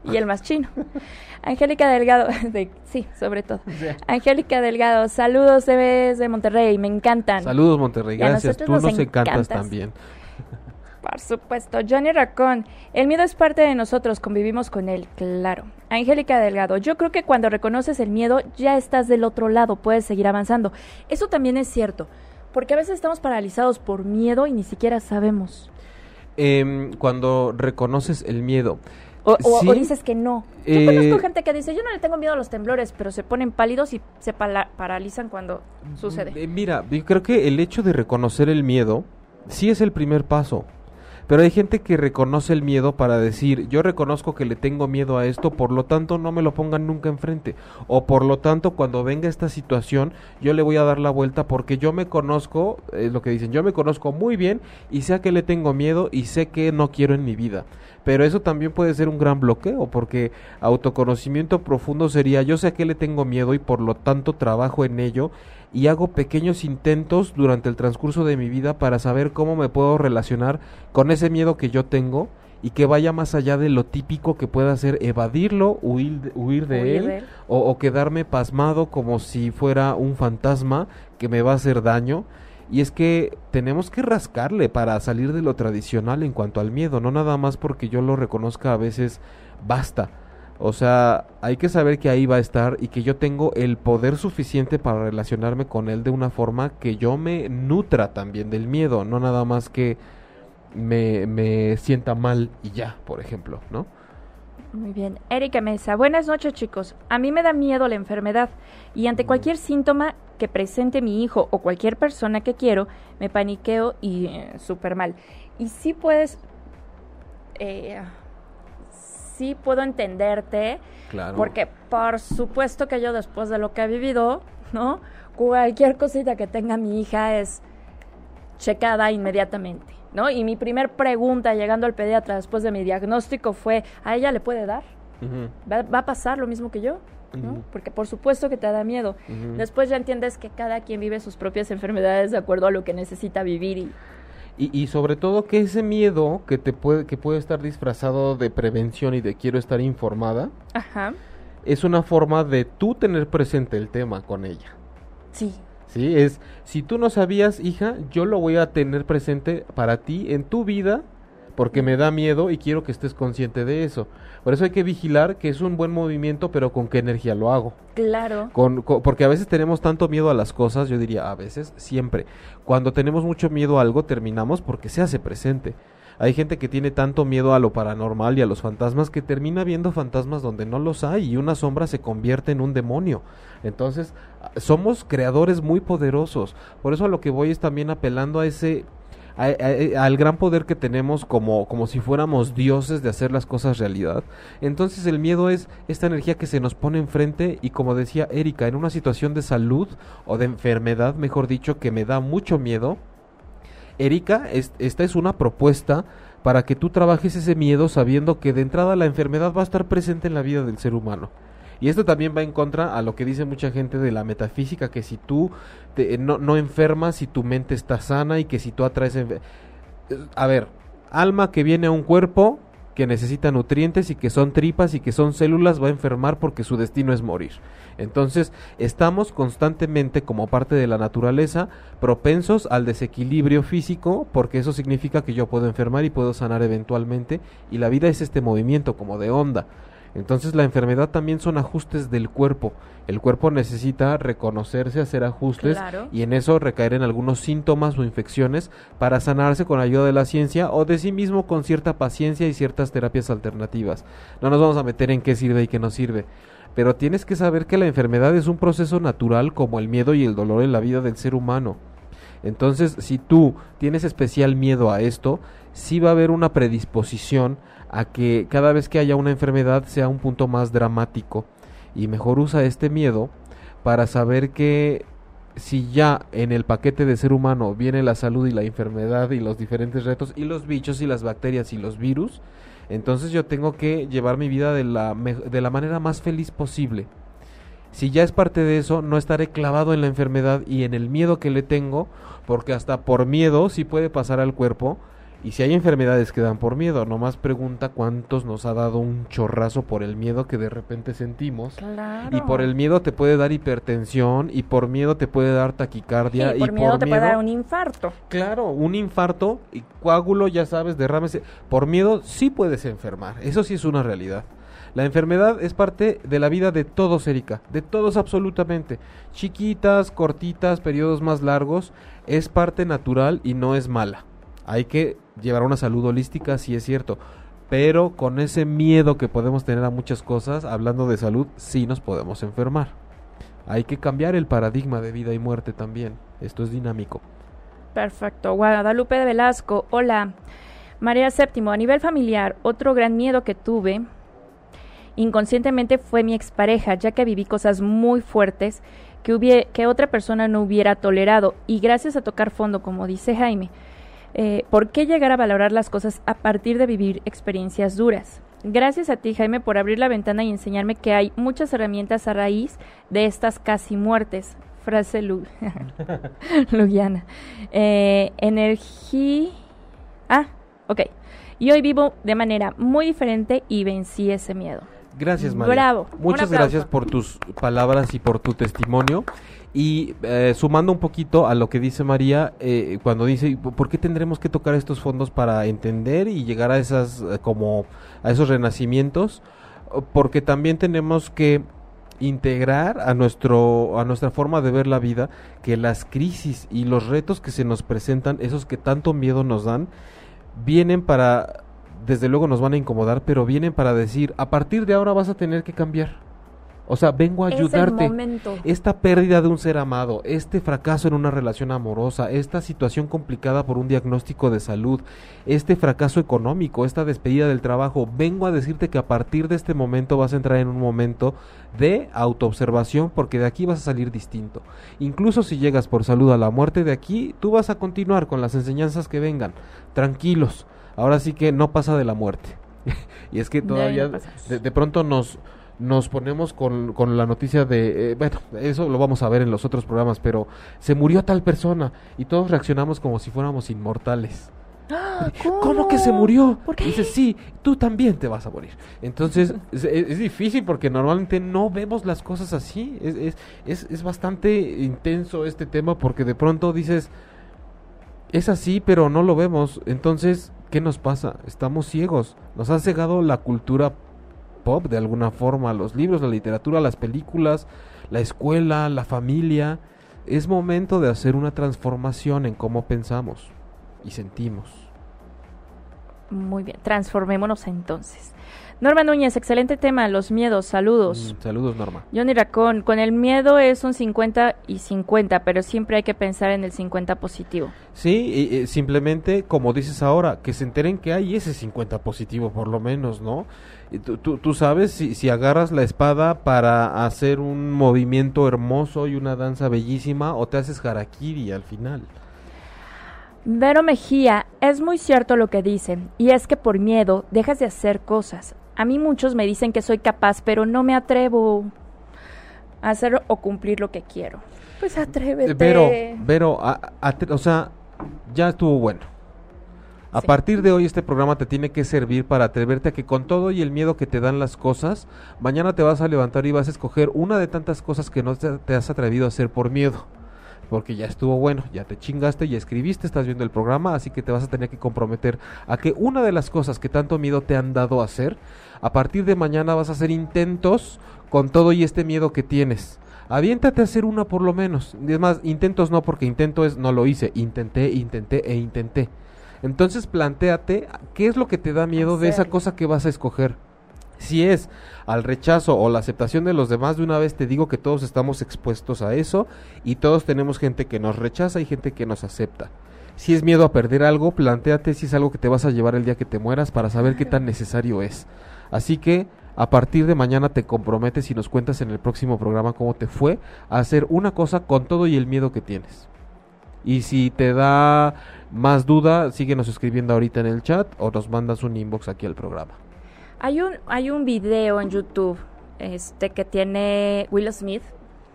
Y el más chino. Angélica Delgado, de, sí, sobre todo. Sí. Angélica Delgado, saludos desde Monterrey, me encantan. Saludos Monterrey, gracias, tú nos, nos encantas también. Por supuesto. Johnny Racón, el miedo es parte de nosotros, convivimos con él, claro. Angélica Delgado, yo creo que cuando reconoces el miedo ya estás del otro lado, puedes seguir avanzando. Eso también es cierto, porque a veces estamos paralizados por miedo y ni siquiera sabemos. Eh, cuando reconoces el miedo... O, o, ¿Sí? o dices que no. Yo eh, conozco gente que dice, yo no le tengo miedo a los temblores, pero se ponen pálidos y se pala- paralizan cuando sucede. Eh, mira, yo creo que el hecho de reconocer el miedo sí es el primer paso. Pero hay gente que reconoce el miedo para decir, yo reconozco que le tengo miedo a esto, por lo tanto no me lo pongan nunca enfrente. O por lo tanto, cuando venga esta situación, yo le voy a dar la vuelta porque yo me conozco, es lo que dicen, yo me conozco muy bien y sé a qué le tengo miedo y sé que no quiero en mi vida. Pero eso también puede ser un gran bloqueo, porque autoconocimiento profundo sería, yo sé a qué le tengo miedo y por lo tanto trabajo en ello y hago pequeños intentos durante el transcurso de mi vida para saber cómo me puedo relacionar con ese miedo que yo tengo y que vaya más allá de lo típico que pueda ser evadirlo, huir, huir de huir él, de él. O, o quedarme pasmado como si fuera un fantasma que me va a hacer daño. Y es que tenemos que rascarle para salir de lo tradicional en cuanto al miedo, no nada más porque yo lo reconozca a veces basta. O sea, hay que saber que ahí va a estar y que yo tengo el poder suficiente para relacionarme con él de una forma que yo me nutra también del miedo, no nada más que me, me sienta mal y ya, por ejemplo, ¿no? Muy bien. Erika Mesa, buenas noches chicos. A mí me da miedo la enfermedad y ante cualquier síntoma que presente mi hijo o cualquier persona que quiero, me paniqueo y eh, súper mal. Y sí puedes, eh, sí puedo entenderte, claro. Porque por supuesto que yo después de lo que he vivido, ¿no? Cualquier cosita que tenga mi hija es checada inmediatamente, ¿no? Y mi primer pregunta llegando al pediatra después de mi diagnóstico fue, ¿a ella le puede dar? Uh-huh. ¿Va, ¿Va a pasar lo mismo que yo? ¿No? Uh-huh. Porque por supuesto que te da miedo. Uh-huh. Después ya entiendes que cada quien vive sus propias enfermedades de acuerdo a lo que necesita vivir y... Y, y sobre todo que ese miedo que te puede que puede estar disfrazado de prevención y de quiero estar informada, ajá, es una forma de tú tener presente el tema con ella. Sí. Sí, es, si tú no sabías, hija, yo lo voy a tener presente para ti en tu vida, porque me da miedo y quiero que estés consciente de eso. Por eso hay que vigilar que es un buen movimiento, pero con qué energía lo hago. Claro. Con, con, porque a veces tenemos tanto miedo a las cosas, yo diría a veces, siempre. Cuando tenemos mucho miedo a algo, terminamos porque se hace presente. Hay gente que tiene tanto miedo a lo paranormal y a los fantasmas que termina viendo fantasmas donde no los hay y una sombra se convierte en un demonio. Entonces, somos creadores muy poderosos. Por eso a lo que voy es también apelando a ese... A, a, al gran poder que tenemos como, como si fuéramos dioses de hacer las cosas realidad. Entonces el miedo es esta energía que se nos pone enfrente y como decía Erika, en una situación de salud o de enfermedad, mejor dicho, que me da mucho miedo, Erika, es, esta es una propuesta para que tú trabajes ese miedo sabiendo que de entrada la enfermedad va a estar presente en la vida del ser humano. Y esto también va en contra a lo que dice mucha gente de la metafísica, que si tú te, no, no enfermas, si tu mente está sana y que si tú atraes... Enfer- a ver, alma que viene a un cuerpo que necesita nutrientes y que son tripas y que son células va a enfermar porque su destino es morir. Entonces, estamos constantemente como parte de la naturaleza propensos al desequilibrio físico porque eso significa que yo puedo enfermar y puedo sanar eventualmente y la vida es este movimiento como de onda. Entonces la enfermedad también son ajustes del cuerpo. El cuerpo necesita reconocerse, hacer ajustes, claro, y en eso recaer en algunos síntomas o infecciones para sanarse con ayuda de la ciencia o de sí mismo con cierta paciencia y ciertas terapias alternativas. No nos vamos a meter en qué sirve y qué no sirve, pero tienes que saber que la enfermedad es un proceso natural como el miedo y el dolor en la vida del ser humano. Entonces, si tú tienes especial miedo a esto, sí va a haber una predisposición a que cada vez que haya una enfermedad sea un punto más dramático y mejor usa este miedo para saber que si ya en el paquete de ser humano viene la salud y la enfermedad y los diferentes retos y los bichos y las bacterias y los virus, entonces yo tengo que llevar mi vida de la, de la manera más feliz posible. Si ya es parte de eso, no estaré clavado en la enfermedad y en el miedo que le tengo, porque hasta por miedo sí puede pasar al cuerpo Y si hay enfermedades que dan por miedo, nomás pregunta cuántos nos ha dado un chorrazo por el miedo que de repente sentimos. Claro. Y por el miedo te puede dar hipertensión, y por miedo te puede dar taquicardia. Sí, por y miedo por te miedo, puede dar un infarto. Claro, un infarto, y coágulo, ya sabes, derrames. Por miedo sí puedes enfermar, eso sí es una realidad. La enfermedad es parte de la vida de todos, Erika, de todos absolutamente. Chiquitas, cortitas, periodos más largos, es parte natural y no es mala. Hay que llevar una salud holística, sí es cierto, pero con ese miedo que podemos tener a muchas cosas, hablando de salud, sí nos podemos enfermar. Hay que cambiar el paradigma de vida y muerte también, esto es dinámico. Perfecto. Guadalupe de Velasco, hola. María Séptimo, a nivel familiar, otro gran miedo que tuve inconscientemente fue mi expareja, ya que viví cosas muy fuertes que, hubie- que otra persona no hubiera tolerado, y gracias a tocar fondo, como dice Jaime, Eh, ¿por qué llegar a valorar las cosas a partir de vivir experiencias duras? Gracias a ti, Jaime, por abrir la ventana y enseñarme que hay muchas herramientas a raíz de estas casi muertes. Frase lu lugiana. Eh, energía... Ah, ok. Y hoy vivo de manera muy diferente y vencí ese miedo. Gracias, María. Bravo. Muchas gracias por tus palabras y por tu testimonio. Y eh, sumando un poquito a lo que dice María, eh, cuando dice, ¿por qué tendremos que tocar estos fondos para entender y llegar a esas, eh, como, a esos renacimientos? Porque también tenemos que integrar a nuestro, a nuestra forma de ver la vida, que las crisis y los retos que se nos presentan, esos que tanto miedo nos dan, vienen para, desde luego nos van a incomodar, pero vienen para decir, a partir de ahora vas a tener que cambiar. O sea, vengo a ayudarte. Es el momento. Esta pérdida de un ser amado, este fracaso en una relación amorosa, esta situación complicada por un diagnóstico de salud, este fracaso económico, esta despedida del trabajo, vengo a decirte que a partir de este momento vas a entrar en un momento de autoobservación, porque de aquí vas a salir distinto. Incluso si llegas por salud a la muerte, de aquí tú vas a continuar con las enseñanzas que vengan. Tranquilos, ahora sí que no pasa de la muerte. Y es que todavía no de, de pronto nos... nos ponemos con, con la noticia de, eh, bueno, eso lo vamos a ver en los otros programas, pero se murió tal persona y todos reaccionamos como si fuéramos inmortales. ¿Cómo? ¿Cómo que se murió? ¿Por qué? Dice, sí, tú también te vas a morir. Entonces, es, es difícil porque normalmente no vemos las cosas así. Es, es, es, es bastante intenso este tema porque de pronto dices, es así, pero no lo vemos. Entonces, ¿qué nos pasa? Estamos ciegos. Nos ha cegado la cultura pop de alguna forma, los libros, la literatura, las películas, la escuela, la familia. Es momento de hacer una transformación en cómo pensamos y sentimos. Muy bien, transformémonos entonces. Norma Núñez, excelente tema, los miedos, saludos. Mm, saludos, Norma. Johnny Racón, con el miedo es un cincuenta y cincuenta, pero siempre hay que pensar en el cincuenta positivo. Sí, y, y simplemente, como dices ahora, que se enteren que hay ese cincuenta positivo, por lo menos, ¿no? Y tú, tú, tú sabes, si, si agarras la espada para hacer un movimiento hermoso y una danza bellísima, o te haces harakiri al final. Vero Mejía, es muy cierto lo que dicen, y es que por miedo dejas de hacer cosas. A mí muchos me dicen que soy capaz, pero no me atrevo a hacer o cumplir lo que quiero. Pues atrévete. Pero, pero, a, a, o sea, ya estuvo bueno. A sí. Partir de hoy este programa te tiene que servir para atreverte a que con todo y el miedo que te dan las cosas, mañana te vas a levantar y vas a escoger una de tantas cosas que no te, te has atrevido a hacer por miedo. Porque ya estuvo bueno, ya te chingaste, ya escribiste, estás viendo el programa, así que te vas a tener que comprometer a que una de las cosas que tanto miedo te han dado a hacer, a partir de mañana vas a hacer intentos con todo y este miedo que tienes. Aviéntate a hacer una por lo menos. Es más, intentos no, porque intento es no lo hice, intenté, intenté e intenté. Entonces plantéate qué es lo que te da miedo de esa cosa que vas a escoger. Si es al rechazo o la aceptación de los demás, de una vez te digo que todos estamos expuestos a eso y todos tenemos gente que nos rechaza y gente que nos acepta. Si es miedo a perder algo, plantéate si es algo que te vas a llevar el día que te mueras para saber qué tan necesario es. Así que a partir de mañana te comprometes y nos cuentas en el próximo programa cómo te fue a hacer una cosa con todo y el miedo que tienes. Y si te da más duda, síguenos escribiendo ahorita en el chat o nos mandas un inbox aquí al programa. Hay un hay un video en YouTube este que tiene Will Smith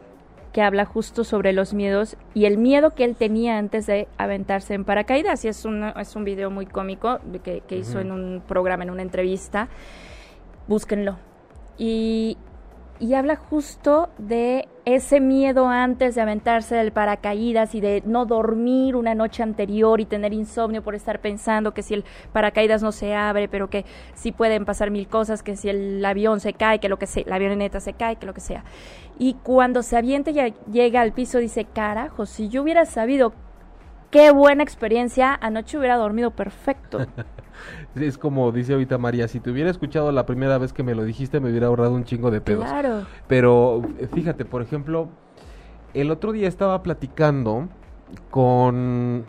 que habla justo sobre los miedos y el miedo que él tenía antes de aventarse en paracaídas. Y es, una, es un video muy cómico que, que hizo uh-huh. en un programa, en una entrevista. Búsquenlo. Y, y habla justo de ese miedo antes de aventarse del paracaídas y de no dormir una noche anterior y tener insomnio por estar pensando que si el paracaídas no se abre, pero que sí pueden pasar mil cosas, que si el avión se cae, que lo que sea, la avioneta se cae, que lo que sea. Y cuando se avienta y llega al piso dice, carajo, si yo hubiera sabido qué buena experiencia, anoche hubiera dormido perfecto. Es como dice ahorita María, si te hubiera escuchado la primera vez que me lo dijiste, me hubiera ahorrado un chingo de pedos. Claro. Pero fíjate, por ejemplo, el otro día estaba platicando con,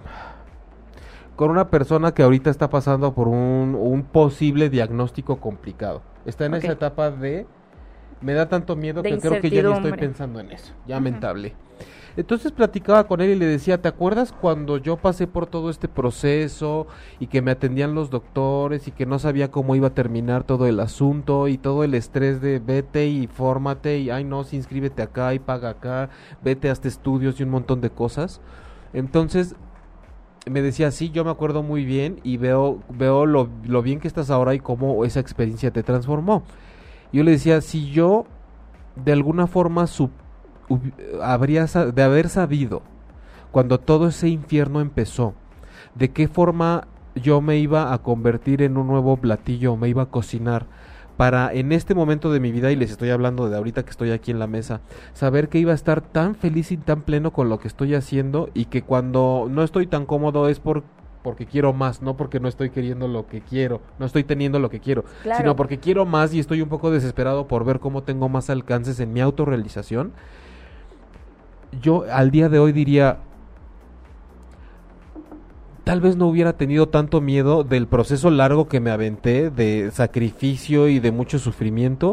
con una persona que ahorita está pasando por un, un posible diagnóstico complicado. Está en okay. esa etapa de, me da tanto miedo de que creo que ya ni estoy pensando en eso. Ya uh-huh. me entablé. Entonces platicaba con él y le decía, ¿te acuerdas cuando yo pasé por todo este proceso y que me atendían los doctores y que no sabía cómo iba a terminar todo el asunto y todo el estrés de vete y fórmate y ay no, sí, inscríbete acá y paga acá, vete a este estudios y un montón de cosas? Entonces me decía, sí, yo me acuerdo muy bien y veo veo lo, lo bien que estás ahora y cómo esa experiencia te transformó. Yo le decía, si yo de alguna forma sup habría de haber sabido cuando todo ese infierno empezó de qué forma yo me iba a convertir en un nuevo platillo, me iba a cocinar para en este momento de mi vida, y les estoy hablando de ahorita que estoy aquí en la mesa, saber que iba a estar tan feliz y tan pleno con lo que estoy haciendo y que cuando no estoy tan cómodo es por porque quiero más, no porque no estoy queriendo lo que quiero, no estoy teniendo lo que quiero, claro. sino porque quiero más y estoy un poco desesperado por ver cómo tengo más alcances en mi autorrealización. Yo al día de hoy diría, tal vez no hubiera tenido tanto miedo del proceso largo que me aventé, de sacrificio y de mucho sufrimiento,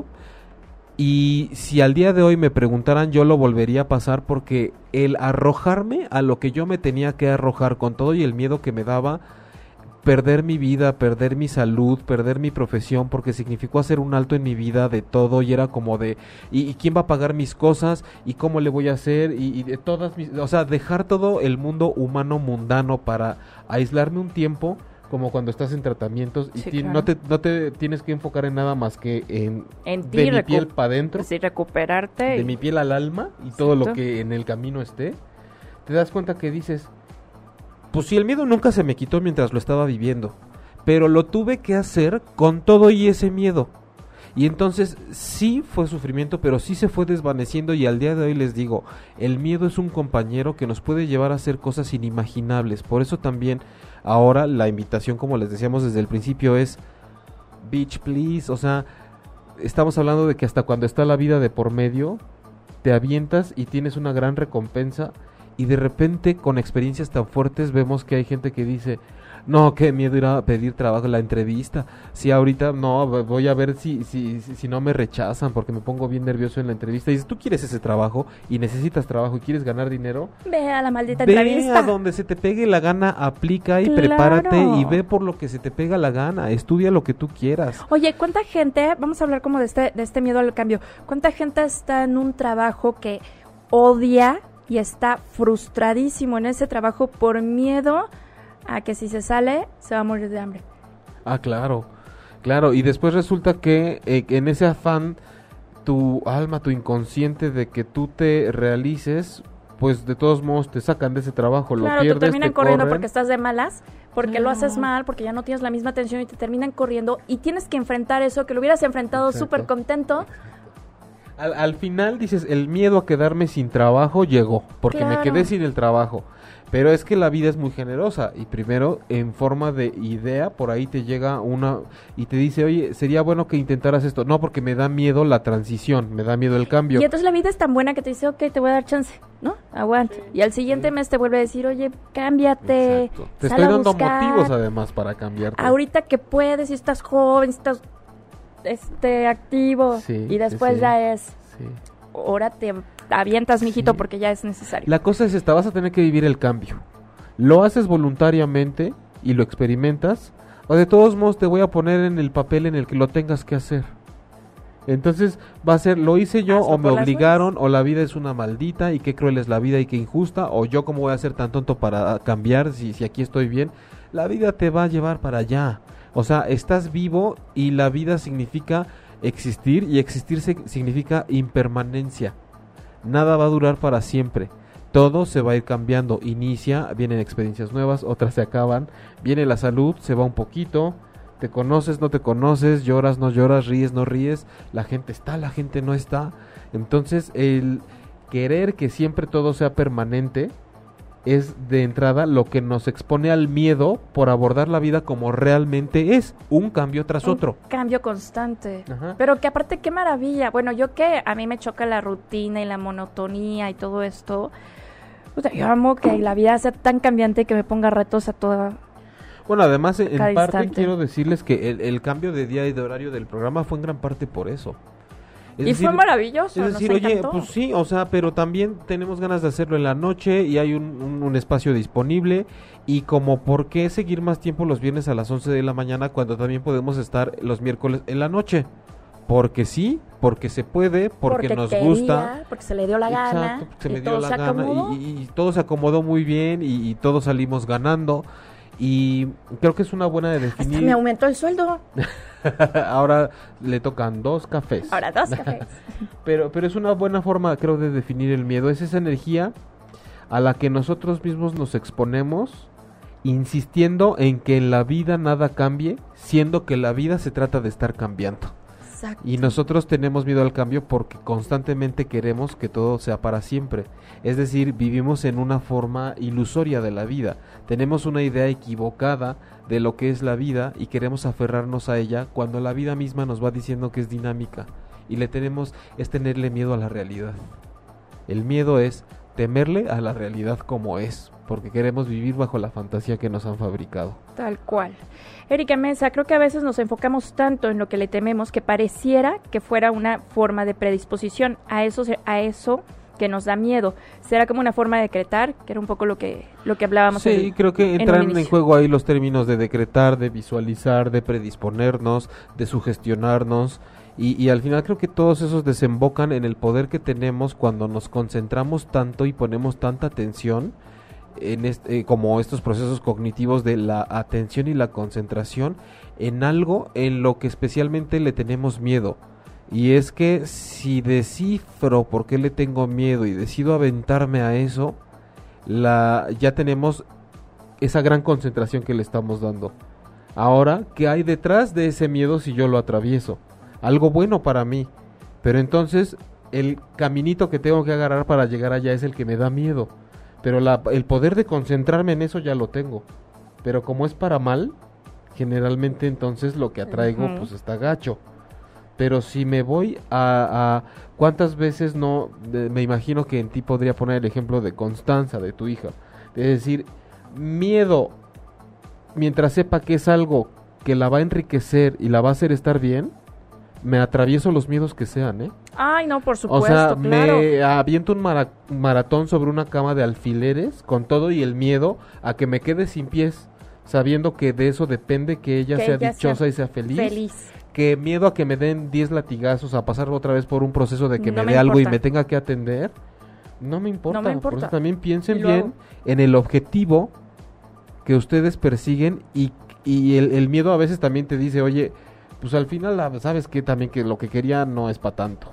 y si al día de hoy me preguntaran, yo lo volvería a pasar, porque el arrojarme a lo que yo me tenía que arrojar con todo y el miedo que me daba, perder mi vida, perder mi salud, perder mi profesión, porque significó hacer un alto en mi vida de todo, y era como de, ¿y, y quién va a pagar mis cosas? ¿Y cómo le voy a hacer? Y, y de todas mis, o sea, dejar todo el mundo humano mundano para aislarme un tiempo, como cuando estás en tratamientos, y sí, ti, claro. no, te, no te tienes que enfocar en nada más que en, en ti, de mi piel para adentro, sí, recuperarte. De y... mi piel al alma, y todo ¿Cierto? Lo que en el camino esté, te das cuenta que dices, pues si el miedo nunca se me quitó mientras lo estaba viviendo, pero lo tuve que hacer con todo y ese miedo. Y entonces sí fue sufrimiento, pero sí se fue desvaneciendo, y al día de hoy les digo, el miedo es un compañero que nos puede llevar a hacer cosas inimaginables. Por eso también ahora la invitación, como les decíamos desde el principio, es bitch please, o sea, estamos hablando de que hasta cuando está la vida de por medio, te avientas y tienes una gran recompensa. Y de repente, con experiencias tan fuertes, vemos que hay gente que dice, no, qué miedo ir a pedir trabajo en la entrevista. Si ahorita, no, voy a ver si, si, si, si no me rechazan, porque me pongo bien nervioso en la entrevista. Y dices, tú quieres ese trabajo y necesitas trabajo y quieres ganar dinero. Ve a la maldita ve entrevista. Ve a donde se te pegue la gana, aplica y claro. prepárate y ve por lo que se te pega la gana. Estudia lo que tú quieras. Oye, ¿cuánta gente, vamos a hablar como de este, de este miedo al cambio, cuánta gente está en un trabajo que odia y está frustradísimo en ese trabajo por miedo a que si se sale se va a morir de hambre? Ah, claro, claro, y después resulta que eh, en ese afán tu alma, tu inconsciente de que tú te realices, pues de todos modos te sacan de ese trabajo, claro, lo pierdes, te terminan te corriendo corren. Porque estás de malas, porque claro. lo haces mal, porque ya no tienes la misma atención y te terminan corriendo y tienes que enfrentar eso, que lo hubieras enfrentado súper contento. Al, al final dices, el miedo a quedarme sin trabajo llegó, porque claro. me quedé sin el trabajo. Pero es que la vida es muy generosa y primero en forma de idea por ahí te llega una y te dice, oye, sería bueno que intentaras esto. No, porque me da miedo la transición, me da miedo el cambio. Y entonces la vida es tan buena que te dice, ok, te voy a dar chance, ¿no? Aguanta. Y al siguiente sí. mes te vuelve a decir, oye, cámbiate. Exacto. Te estoy dando motivos además para cambiarte. Ahorita que puedes, si estás joven, si estás este activo sí, y después sí, ya es, sí. ahora te avientas, mijito, sí. porque ya es necesario. La cosa es esta, vas a tener que vivir el cambio. Lo haces voluntariamente y lo experimentas, o de todos modos te voy a poner en el papel en el que lo tengas que hacer. Entonces va a ser, lo hice yo Hazlo o me por las obligaron o la vida es una maldita y qué cruel es la vida y qué injusta o yo cómo voy a ser tan tonto para cambiar si, si aquí estoy bien. La vida te va a llevar para allá. O sea, estás vivo y la vida significa existir y existir se- significa impermanencia. Nada va a durar para siempre. Todo se va a ir cambiando. Inicia, vienen experiencias nuevas, otras se acaban. Viene la salud, se va un poquito. Te conoces, no te conoces, lloras, no lloras, ríes, no ríes. La gente está, la gente no está. Entonces, el querer que siempre todo sea permanente es de entrada lo que nos expone al miedo por abordar la vida como realmente es, un cambio tras Un otro. cambio constante. Ajá. Pero que aparte, qué maravilla. Bueno, yo que a mí me choca la rutina y la monotonía y todo esto. Puta, yo amo que la vida sea tan cambiante que me ponga retos a toda. Bueno, además, en Cada parte instante. quiero decirles que el, el cambio de día y de horario del programa fue en gran parte por eso. Es y decir, fue maravilloso. Es nos decir, oye, encantó. pues sí, o sea, pero también tenemos ganas de hacerlo en la noche y hay un, un, un espacio disponible y como por qué seguir más tiempo los viernes a las once de la mañana cuando también podemos estar los miércoles en la noche. Porque sí, porque se puede, porque, nos quería, gusta. porque se le dio la gana. Exacto, porque se y me dio todo la se gana acomodó. y, y- y todo se acomodó muy bien y, y todos salimos ganando. Y creo que es una buena de Hasta definir. me aumentó el sueldo. Ahora le tocan dos cafés. Ahora dos cafés. Pero, pero es una buena forma, creo, de definir el miedo. Es esa energía a la que nosotros mismos nos exponemos, insistiendo en que en la vida nada cambie, siendo que la vida se trata de estar cambiando. Exacto. Y nosotros tenemos miedo al cambio porque constantemente queremos que todo sea para siempre. Es decir, vivimos en una forma ilusoria de la vida. Tenemos una idea equivocada de lo que es la vida y queremos aferrarnos a ella cuando la vida misma nos va diciendo que es dinámica. Y le tenemos, es tenerle miedo a la realidad. El miedo es temerle a la realidad como es, porque queremos vivir bajo la fantasía que nos han fabricado. Tal cual. Erika Mesa, creo que a veces nos enfocamos tanto en lo que le tememos que pareciera que fuera una forma de predisposición a eso, a eso que nos da miedo. Será como una forma de decretar, que era un poco lo que lo que hablábamos. Sí, en, creo que en entran un en, inicio. juego ahí los términos de decretar, de visualizar, de predisponernos, de sugestionarnos. Y, y al final creo que todos esos desembocan en el poder que tenemos cuando nos concentramos tanto y ponemos tanta atención en este, eh, como estos procesos cognitivos de la atención y la concentración en algo en lo que especialmente le tenemos miedo. Y es que si descifro por qué le tengo miedo y decido aventarme a eso, la ya tenemos esa gran concentración que le estamos dando. Ahora, ¿qué hay detrás de ese miedo si yo lo atravieso? Algo bueno para mí, pero entonces el caminito que tengo que agarrar para llegar allá es el que me da miedo, pero la, el poder de concentrarme en eso ya lo tengo, pero como es para mal, generalmente entonces lo que atraigo Ujú. pues está gacho. Pero si me voy a, a ¿cuántas veces no? De, me imagino que en ti podría poner el ejemplo de Constanza, de tu hija, es decir, miedo, mientras sepa que es algo que la va a enriquecer y la va a hacer estar bien, me atravieso los miedos que sean, ¿eh? Ay, no, por supuesto, O sea, claro. me aviento un mara- maratón sobre una cama de alfileres con todo y el miedo a que me quede sin pies, sabiendo que de eso depende que ella Que sea ella dichosa sea y sea feliz. Feliz. Que miedo a que me den diez latigazos, a pasar otra vez por un proceso de que No me me dé algo y importa. me tenga que atender. No me importa. No me Por eso importa. también piensen Y lo bien hago. en el objetivo que ustedes persiguen y, y el, el miedo a veces también te dice, oye, pues al final la- sabes que también que lo que quería no es para tanto.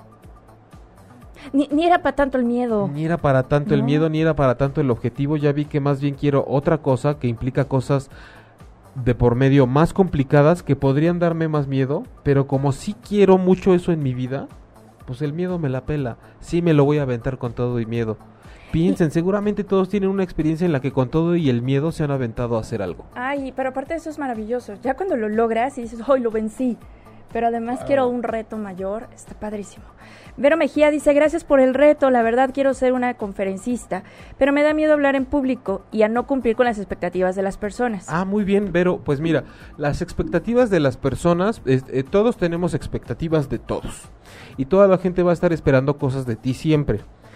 Ni, ni era para tanto el miedo. Ni era para tanto el No. miedo, ni era para tanto el objetivo. Ya vi que más bien quiero otra cosa que implica cosas de por medio más complicadas que podrían darme más miedo, pero como sí quiero mucho eso en mi vida, pues el miedo me la pela. Sí me lo voy a aventar con todo y miedo. Piensen, seguramente todos tienen una experiencia en la que con todo y el miedo se han aventado a hacer algo. Ay, pero aparte de eso es maravilloso. Ya cuando lo logras y dices, hoy lo vencí. Pero además quiero un reto mayor, está padrísimo. Vero Mejía dice, gracias por el reto, la verdad quiero ser una conferencista, pero me da miedo hablar en público y a no cumplir con las expectativas de las personas. Ah, muy bien, Vero. Pues mira, las expectativas de las personas, es- eh, todos tenemos expectativas de todos. Y toda la gente va a estar esperando cosas de ti siempre.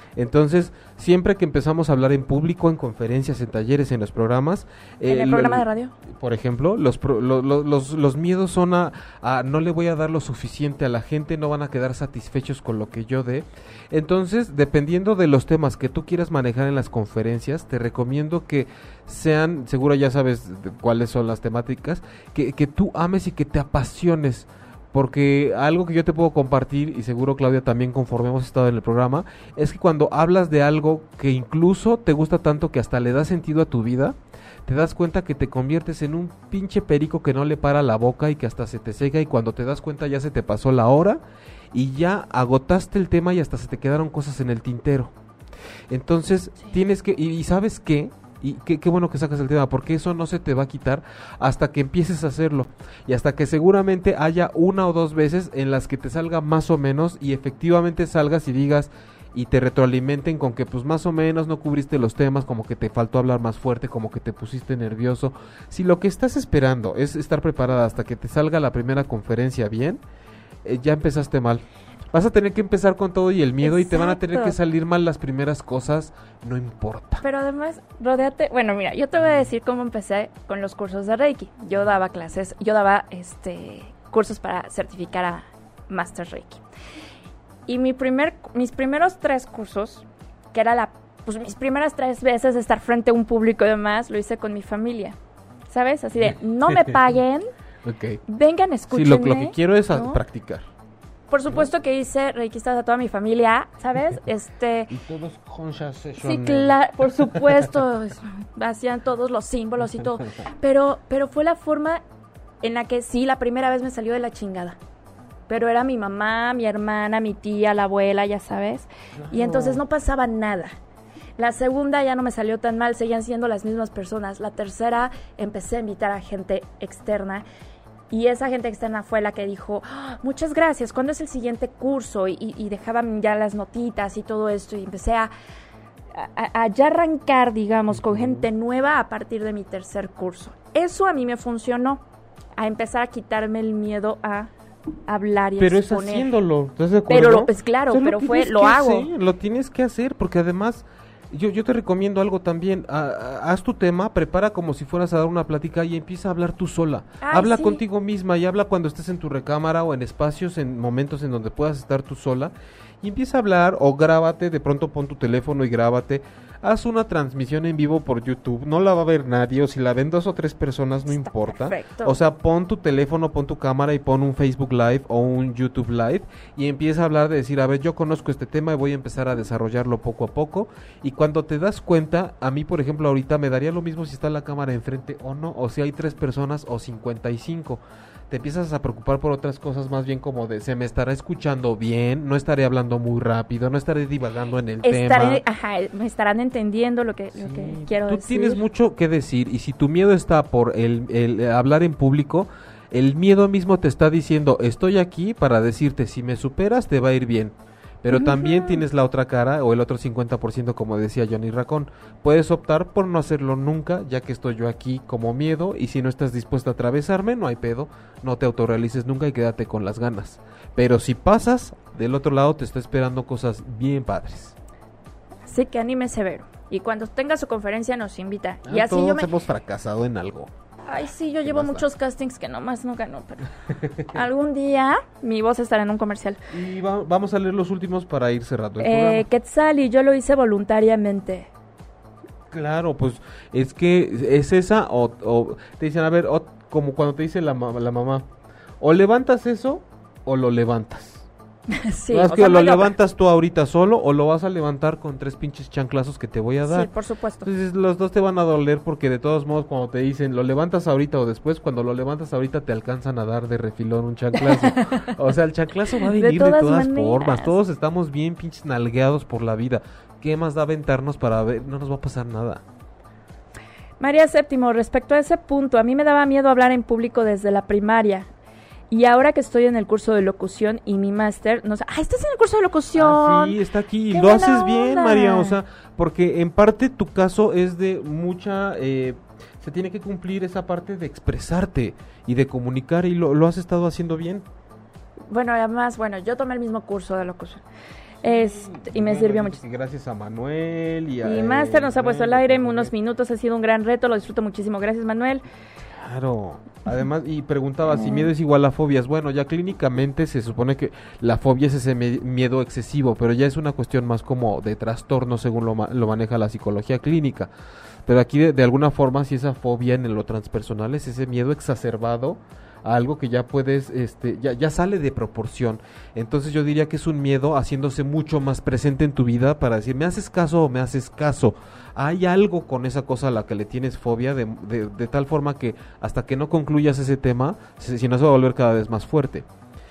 Entonces, siempre que empezamos a hablar en público, en conferencias, en talleres, en los programas... ¿En eh, el lo, programa de radio? Por ejemplo, los, pro, lo, lo, los, los miedos son a, a no le voy a dar lo suficiente a la gente, no van a quedar satisfechos con lo que yo dé. Entonces, dependiendo de los temas que tú quieras manejar en las conferencias, te recomiendo que sean, seguro ya sabes cuáles son las temáticas, que, que tú ames y que te apasiones. Porque algo que yo te puedo compartir, y seguro Claudia también conforme hemos estado en el programa, es que cuando hablas de algo que incluso te gusta tanto que hasta le da sentido a tu vida, te das cuenta que te conviertes en un pinche perico que no le para la boca y que hasta se te seca, y cuando te das cuenta ya se te pasó la hora y ya agotaste el tema y hasta se te quedaron cosas en el tintero. Entonces sí. tienes que, y, y ¿sabes qué? Y qué, qué bueno que sacas el tema, porque eso no se te va a quitar hasta que empieces a hacerlo y hasta que seguramente haya una o dos veces en las que te salga más o menos y efectivamente salgas y digas y te retroalimenten con que pues más o menos no cubriste los temas, como que te faltó hablar más fuerte, como que te pusiste nervioso. Si lo que estás esperando es estar preparada hasta que te salga la primera conferencia bien, eh, ya empezaste mal. Vas a tener que empezar con todo y el miedo. Exacto. Y te van a tener que salir mal las primeras cosas, no importa. Pero además, rodéate, bueno, mira, yo te voy a decir cómo empecé con los cursos de Reiki. Yo daba clases, yo daba este cursos para certificar a Master Reiki. Y mi primer, mis primeros tres cursos, que era la, pues mis primeras tres veces de estar frente a un público y demás, lo hice con mi familia, ¿sabes? Así de, no me paguen, okay. vengan, escúchenme. Sí, lo, lo que quiero es ¿no? practicar. Por supuesto que hice reikistas a toda mi familia, ¿sabes? Este y todos conscious session. Sí, claro, por supuesto, hacían todos los símbolos y todo, pero pero fue la forma en la que sí, la primera vez me salió de la chingada. Pero era mi mamá, mi hermana, mi tía, la abuela, ya sabes. Claro. Y entonces no pasaba nada. La segunda ya no me salió tan mal, seguían siendo las mismas personas. La tercera empecé a invitar a gente externa. Y esa gente externa fue la que dijo, oh, muchas gracias, ¿cuándo es el siguiente curso? Y, y, y dejaban ya las notitas y todo esto. Y empecé a, a, a ya arrancar, digamos, con gente nueva a partir de mi tercer curso. Eso a mí me funcionó, a empezar a quitarme el miedo a hablar y pero exponer. Pero es haciéndolo, ¿estás de acuerdo? Pero lo, pues claro, pero lo fue, lo hago. Hacer, lo tienes que hacer, porque además... Yo, yo te recomiendo algo también, a, a, haz tu tema, prepara como si fueras a dar una plática y empieza a hablar tú sola. Ay, habla sí. contigo misma y habla cuando estés en tu recámara o en espacios, en momentos en donde puedas estar tú sola. Y empieza a hablar o grábate, de pronto pon tu teléfono y grábate. Haz una transmisión en vivo por YouTube, no la va a ver nadie, o si la ven dos o tres personas no Está importa. Perfecto. O sea, pon tu teléfono, pon tu cámara y pon un Facebook Live o un YouTube Live y empieza a hablar de decir, a ver, yo conozco este tema y voy a empezar a desarrollarlo poco a poco. Y cuando te das cuenta, a mí por ejemplo ahorita me daría lo mismo si está la cámara enfrente o no, o si hay tres personas o cincuenta y cinco. Te empiezas a preocupar por otras cosas más bien como de, se me estará escuchando bien, no estaré hablando muy rápido, no estaré divagando en el estaré, tema. Ajá, me estarán entendiendo lo que, sí, lo que quiero tú decir. Tú tienes mucho que decir y si tu miedo está por el, el hablar en público, el miedo mismo te está diciendo, estoy aquí para decirte, si me superas te va a ir bien. Pero uh-huh. también tienes la otra cara o el otro cincuenta por ciento como decía Johnny Racón. Puedes optar por no hacerlo nunca, ya que estoy yo aquí como miedo y si no estás dispuesto a atravesarme, no hay pedo, no te autorrealices nunca y quédate con las ganas. Pero si pasas, del otro lado te está esperando cosas bien padres. Así que anime severo. Y cuando tenga su conferencia nos invita. Ah, y así todos yo me... hemos fracasado en algo. Ay, sí, yo llevo muchos da? castings que nomás no ganó, pero algún día mi voz estará en un comercial. Y va, vamos a leer los últimos para ir cerrando el eh, programa. Quetzal, y yo lo hice voluntariamente. Claro, pues es que es esa o, o te dicen, a ver, o, como cuando te dice la, la mamá, o levantas eso o lo levantas. Sí, no, es que lo levantas tú ahorita solo o lo vas a levantar con tres pinches chanclazos que te voy a dar. Sí, por supuesto. Entonces los dos te van a doler porque de todos modos cuando te dicen lo levantas ahorita o después, cuando lo levantas ahorita te alcanzan a dar de refilón un chanclazo. O sea, el chanclazo va a venir de todas, de todas formas. Todos estamos bien pinches nalgueados por la vida. ¿Qué más da aventarnos para ver? No nos va a pasar nada. María Séptimo, respecto a ese punto, a mí me daba miedo hablar en público desde la primaria. Y ahora que estoy en el curso de locución y mi máster, no sé, ah, estás en el curso de locución. Ah, sí, está aquí. Lo haces onda. Bien, María, o sea, porque en parte tu caso es de mucha, eh, se tiene que cumplir esa parte de expresarte y de comunicar y lo, lo has estado haciendo bien. Bueno, además, bueno, yo tomé el mismo curso de locución. Este, y me sirvió mucho. Gracias a Manuel. Y, a y Master nos ha puesto al aire en unos minutos. Ha sido un gran reto, lo disfruto muchísimo. Gracias, Manuel. Claro. Además, y preguntaba si miedo es igual a fobias. Bueno, ya clínicamente se supone que la fobia es ese me- miedo excesivo, pero ya es una cuestión más como de trastorno según lo, ma- lo maneja la psicología clínica. Pero aquí de, de alguna forma, si esa fobia en lo transpersonal es ese miedo exacerbado a algo que ya puedes, este, ya, ya sale de proporción. Entonces yo diría que es un miedo haciéndose mucho más presente en tu vida para decir, ¿me haces caso o me haces caso? Hay algo con esa cosa a la que le tienes fobia de, de, de tal forma que hasta que no concluyas ese tema, si, si no se va a volver cada vez más fuerte.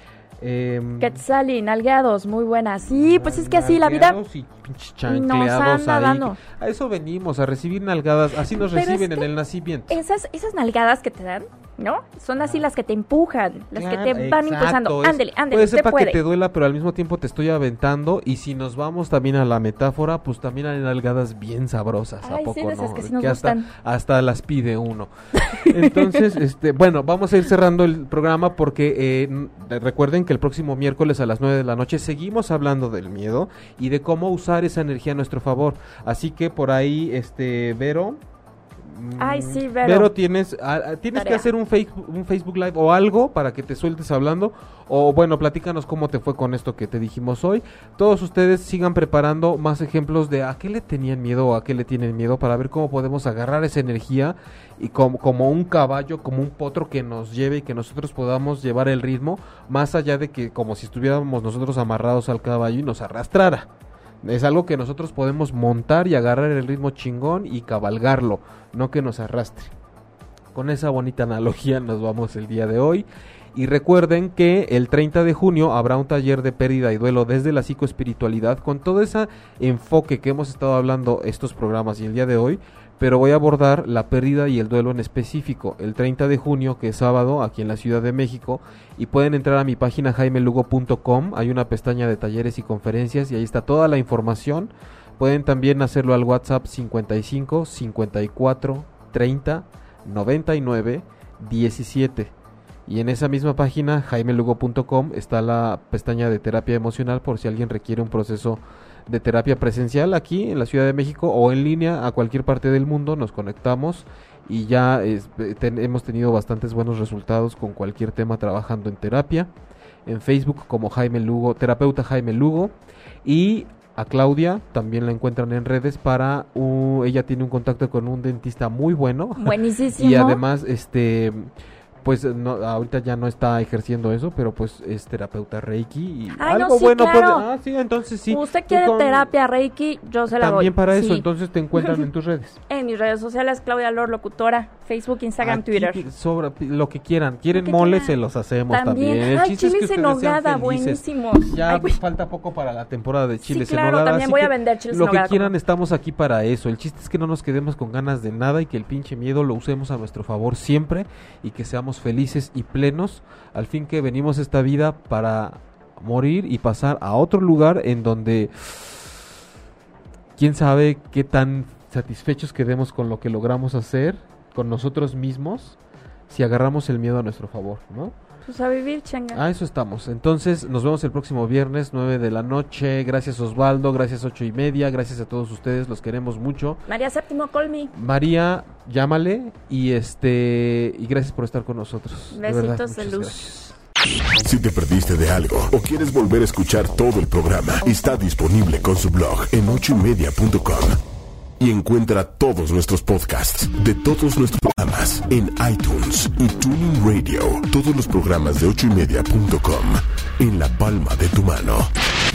Eh, Quetzali, nalgueados, muy buena. Sí, pues es que así la vida y pinches chancleados nos anda ahí. dando. A eso venimos, a recibir nalgadas, así nos Pero reciben es en que el nacimiento. Esas, esas nalgadas que te dan, ¿no? Son así las que te empujan, las Claro, que te van exacto, impulsando. es- Ándele, ándele, puede usted ser para puede. que te duela, pero al mismo tiempo te estoy aventando. Y si nos vamos también a la metáfora, pues también hay nalgadas bien sabrosas. Ay, ¿A poco sí, de esas no? que sí nos hasta, gustan. hasta las pide uno. Entonces, este, bueno, vamos a ir cerrando el programa porque eh, n- recuerden que el próximo miércoles a las nueve de la noche seguimos hablando del miedo y de cómo usar esa energía a nuestro favor. Así que por ahí, este, Vero. mm, Ay, sí, Vero. Vero, tienes, ah, ah, tienes que Tarea. hacer un Facebook, un Facebook Live o algo para que te sueltes hablando. O bueno, platícanos cómo te fue con esto que te dijimos hoy. Todos ustedes sigan preparando más ejemplos de a qué le tenían miedo o a qué le tienen miedo para ver cómo podemos agarrar esa energía y como, como un caballo, como un potro que nos lleve y que nosotros podamos llevar el ritmo más allá de que como si estuviéramos nosotros amarrados al caballo y nos arrastrara. Es algo que nosotros podemos montar y agarrar el ritmo chingón y cabalgarlo, no que nos arrastre. Con esa bonita analogía nos vamos el día de hoy. Y recuerden que el treinta de junio habrá un taller de pérdida y duelo desde la psicoespiritualidad con todo ese enfoque que hemos estado hablando estos programas y el día de hoy, pero voy a abordar la pérdida y el duelo en específico el treinta de junio, que es sábado, aquí en la Ciudad de México, y pueden entrar a mi página jaime lugo punto com, hay una pestaña de talleres y conferencias y ahí está toda la información. Pueden también hacerlo al WhatsApp cincuenta y cinco, cincuenta y cuatro, treinta, noventa y nueve, diecisiete. Y en esa misma página, jaime lugo punto com, está la pestaña de terapia emocional por si alguien requiere un proceso de terapia presencial aquí en la Ciudad de México o en línea a cualquier parte del mundo. Nos conectamos y ya es, ten, hemos tenido bastantes buenos resultados con cualquier tema trabajando en terapia. En Facebook como Jaime Lugo, terapeuta Jaime Lugo. Y a Claudia también la encuentran en redes para, uh, ella tiene un contacto con un dentista muy bueno. Buenísimo. Y además, este... pues no, ahorita ya no está ejerciendo eso, pero pues es terapeuta Reiki y Ay, algo no, sí, bueno claro. puede- ah, sí, entonces sí. Usted Tú quiere con- terapia Reiki, yo se la doy. También para eso, Sí. entonces te encuentran en tus redes. En mis redes sociales, Claudia Lor, locutora, Facebook, Instagram, Aquí Twitter. pi- sobra, pi- lo que quieran. Quieren que mole, quieran. se los hacemos también. También. El Ay, chiste es que chiles en ustedes sean nogada, felices. buenísimos. Ya Ay, güey. falta poco para la temporada de chiles Sí, claro, en nogada. también así voy a que vender chiles en Lo nogada, que quieran, como- estamos aquí para eso. El chiste es que no nos quedemos con ganas de nada y que el pinche miedo lo usemos a nuestro favor siempre y que seamos felices y plenos. Al fin que venimos a esta vida para morir y pasar a otro lugar en donde quién sabe qué tan satisfechos quedemos con lo que logramos hacer con nosotros mismos si agarramos el miedo a nuestro favor, ¿no? Pues a vivir, changa. A eso estamos. Entonces nos vemos el próximo viernes, nueve de la noche. Gracias Osvaldo, gracias ocho y media, gracias a todos ustedes, los queremos mucho. María Séptimo, call me. María, llámale y este y gracias por estar con nosotros. De Besitos verdad, de muchas luz. gracias. Si te perdiste de algo o quieres volver a escuchar todo el programa, está disponible con su blog en ocho y media punto com. Y encuentra todos nuestros podcasts de todos nuestros programas en iTunes y Tuning Radio. Todos los programas de ocho y media punto com en la palma de tu mano.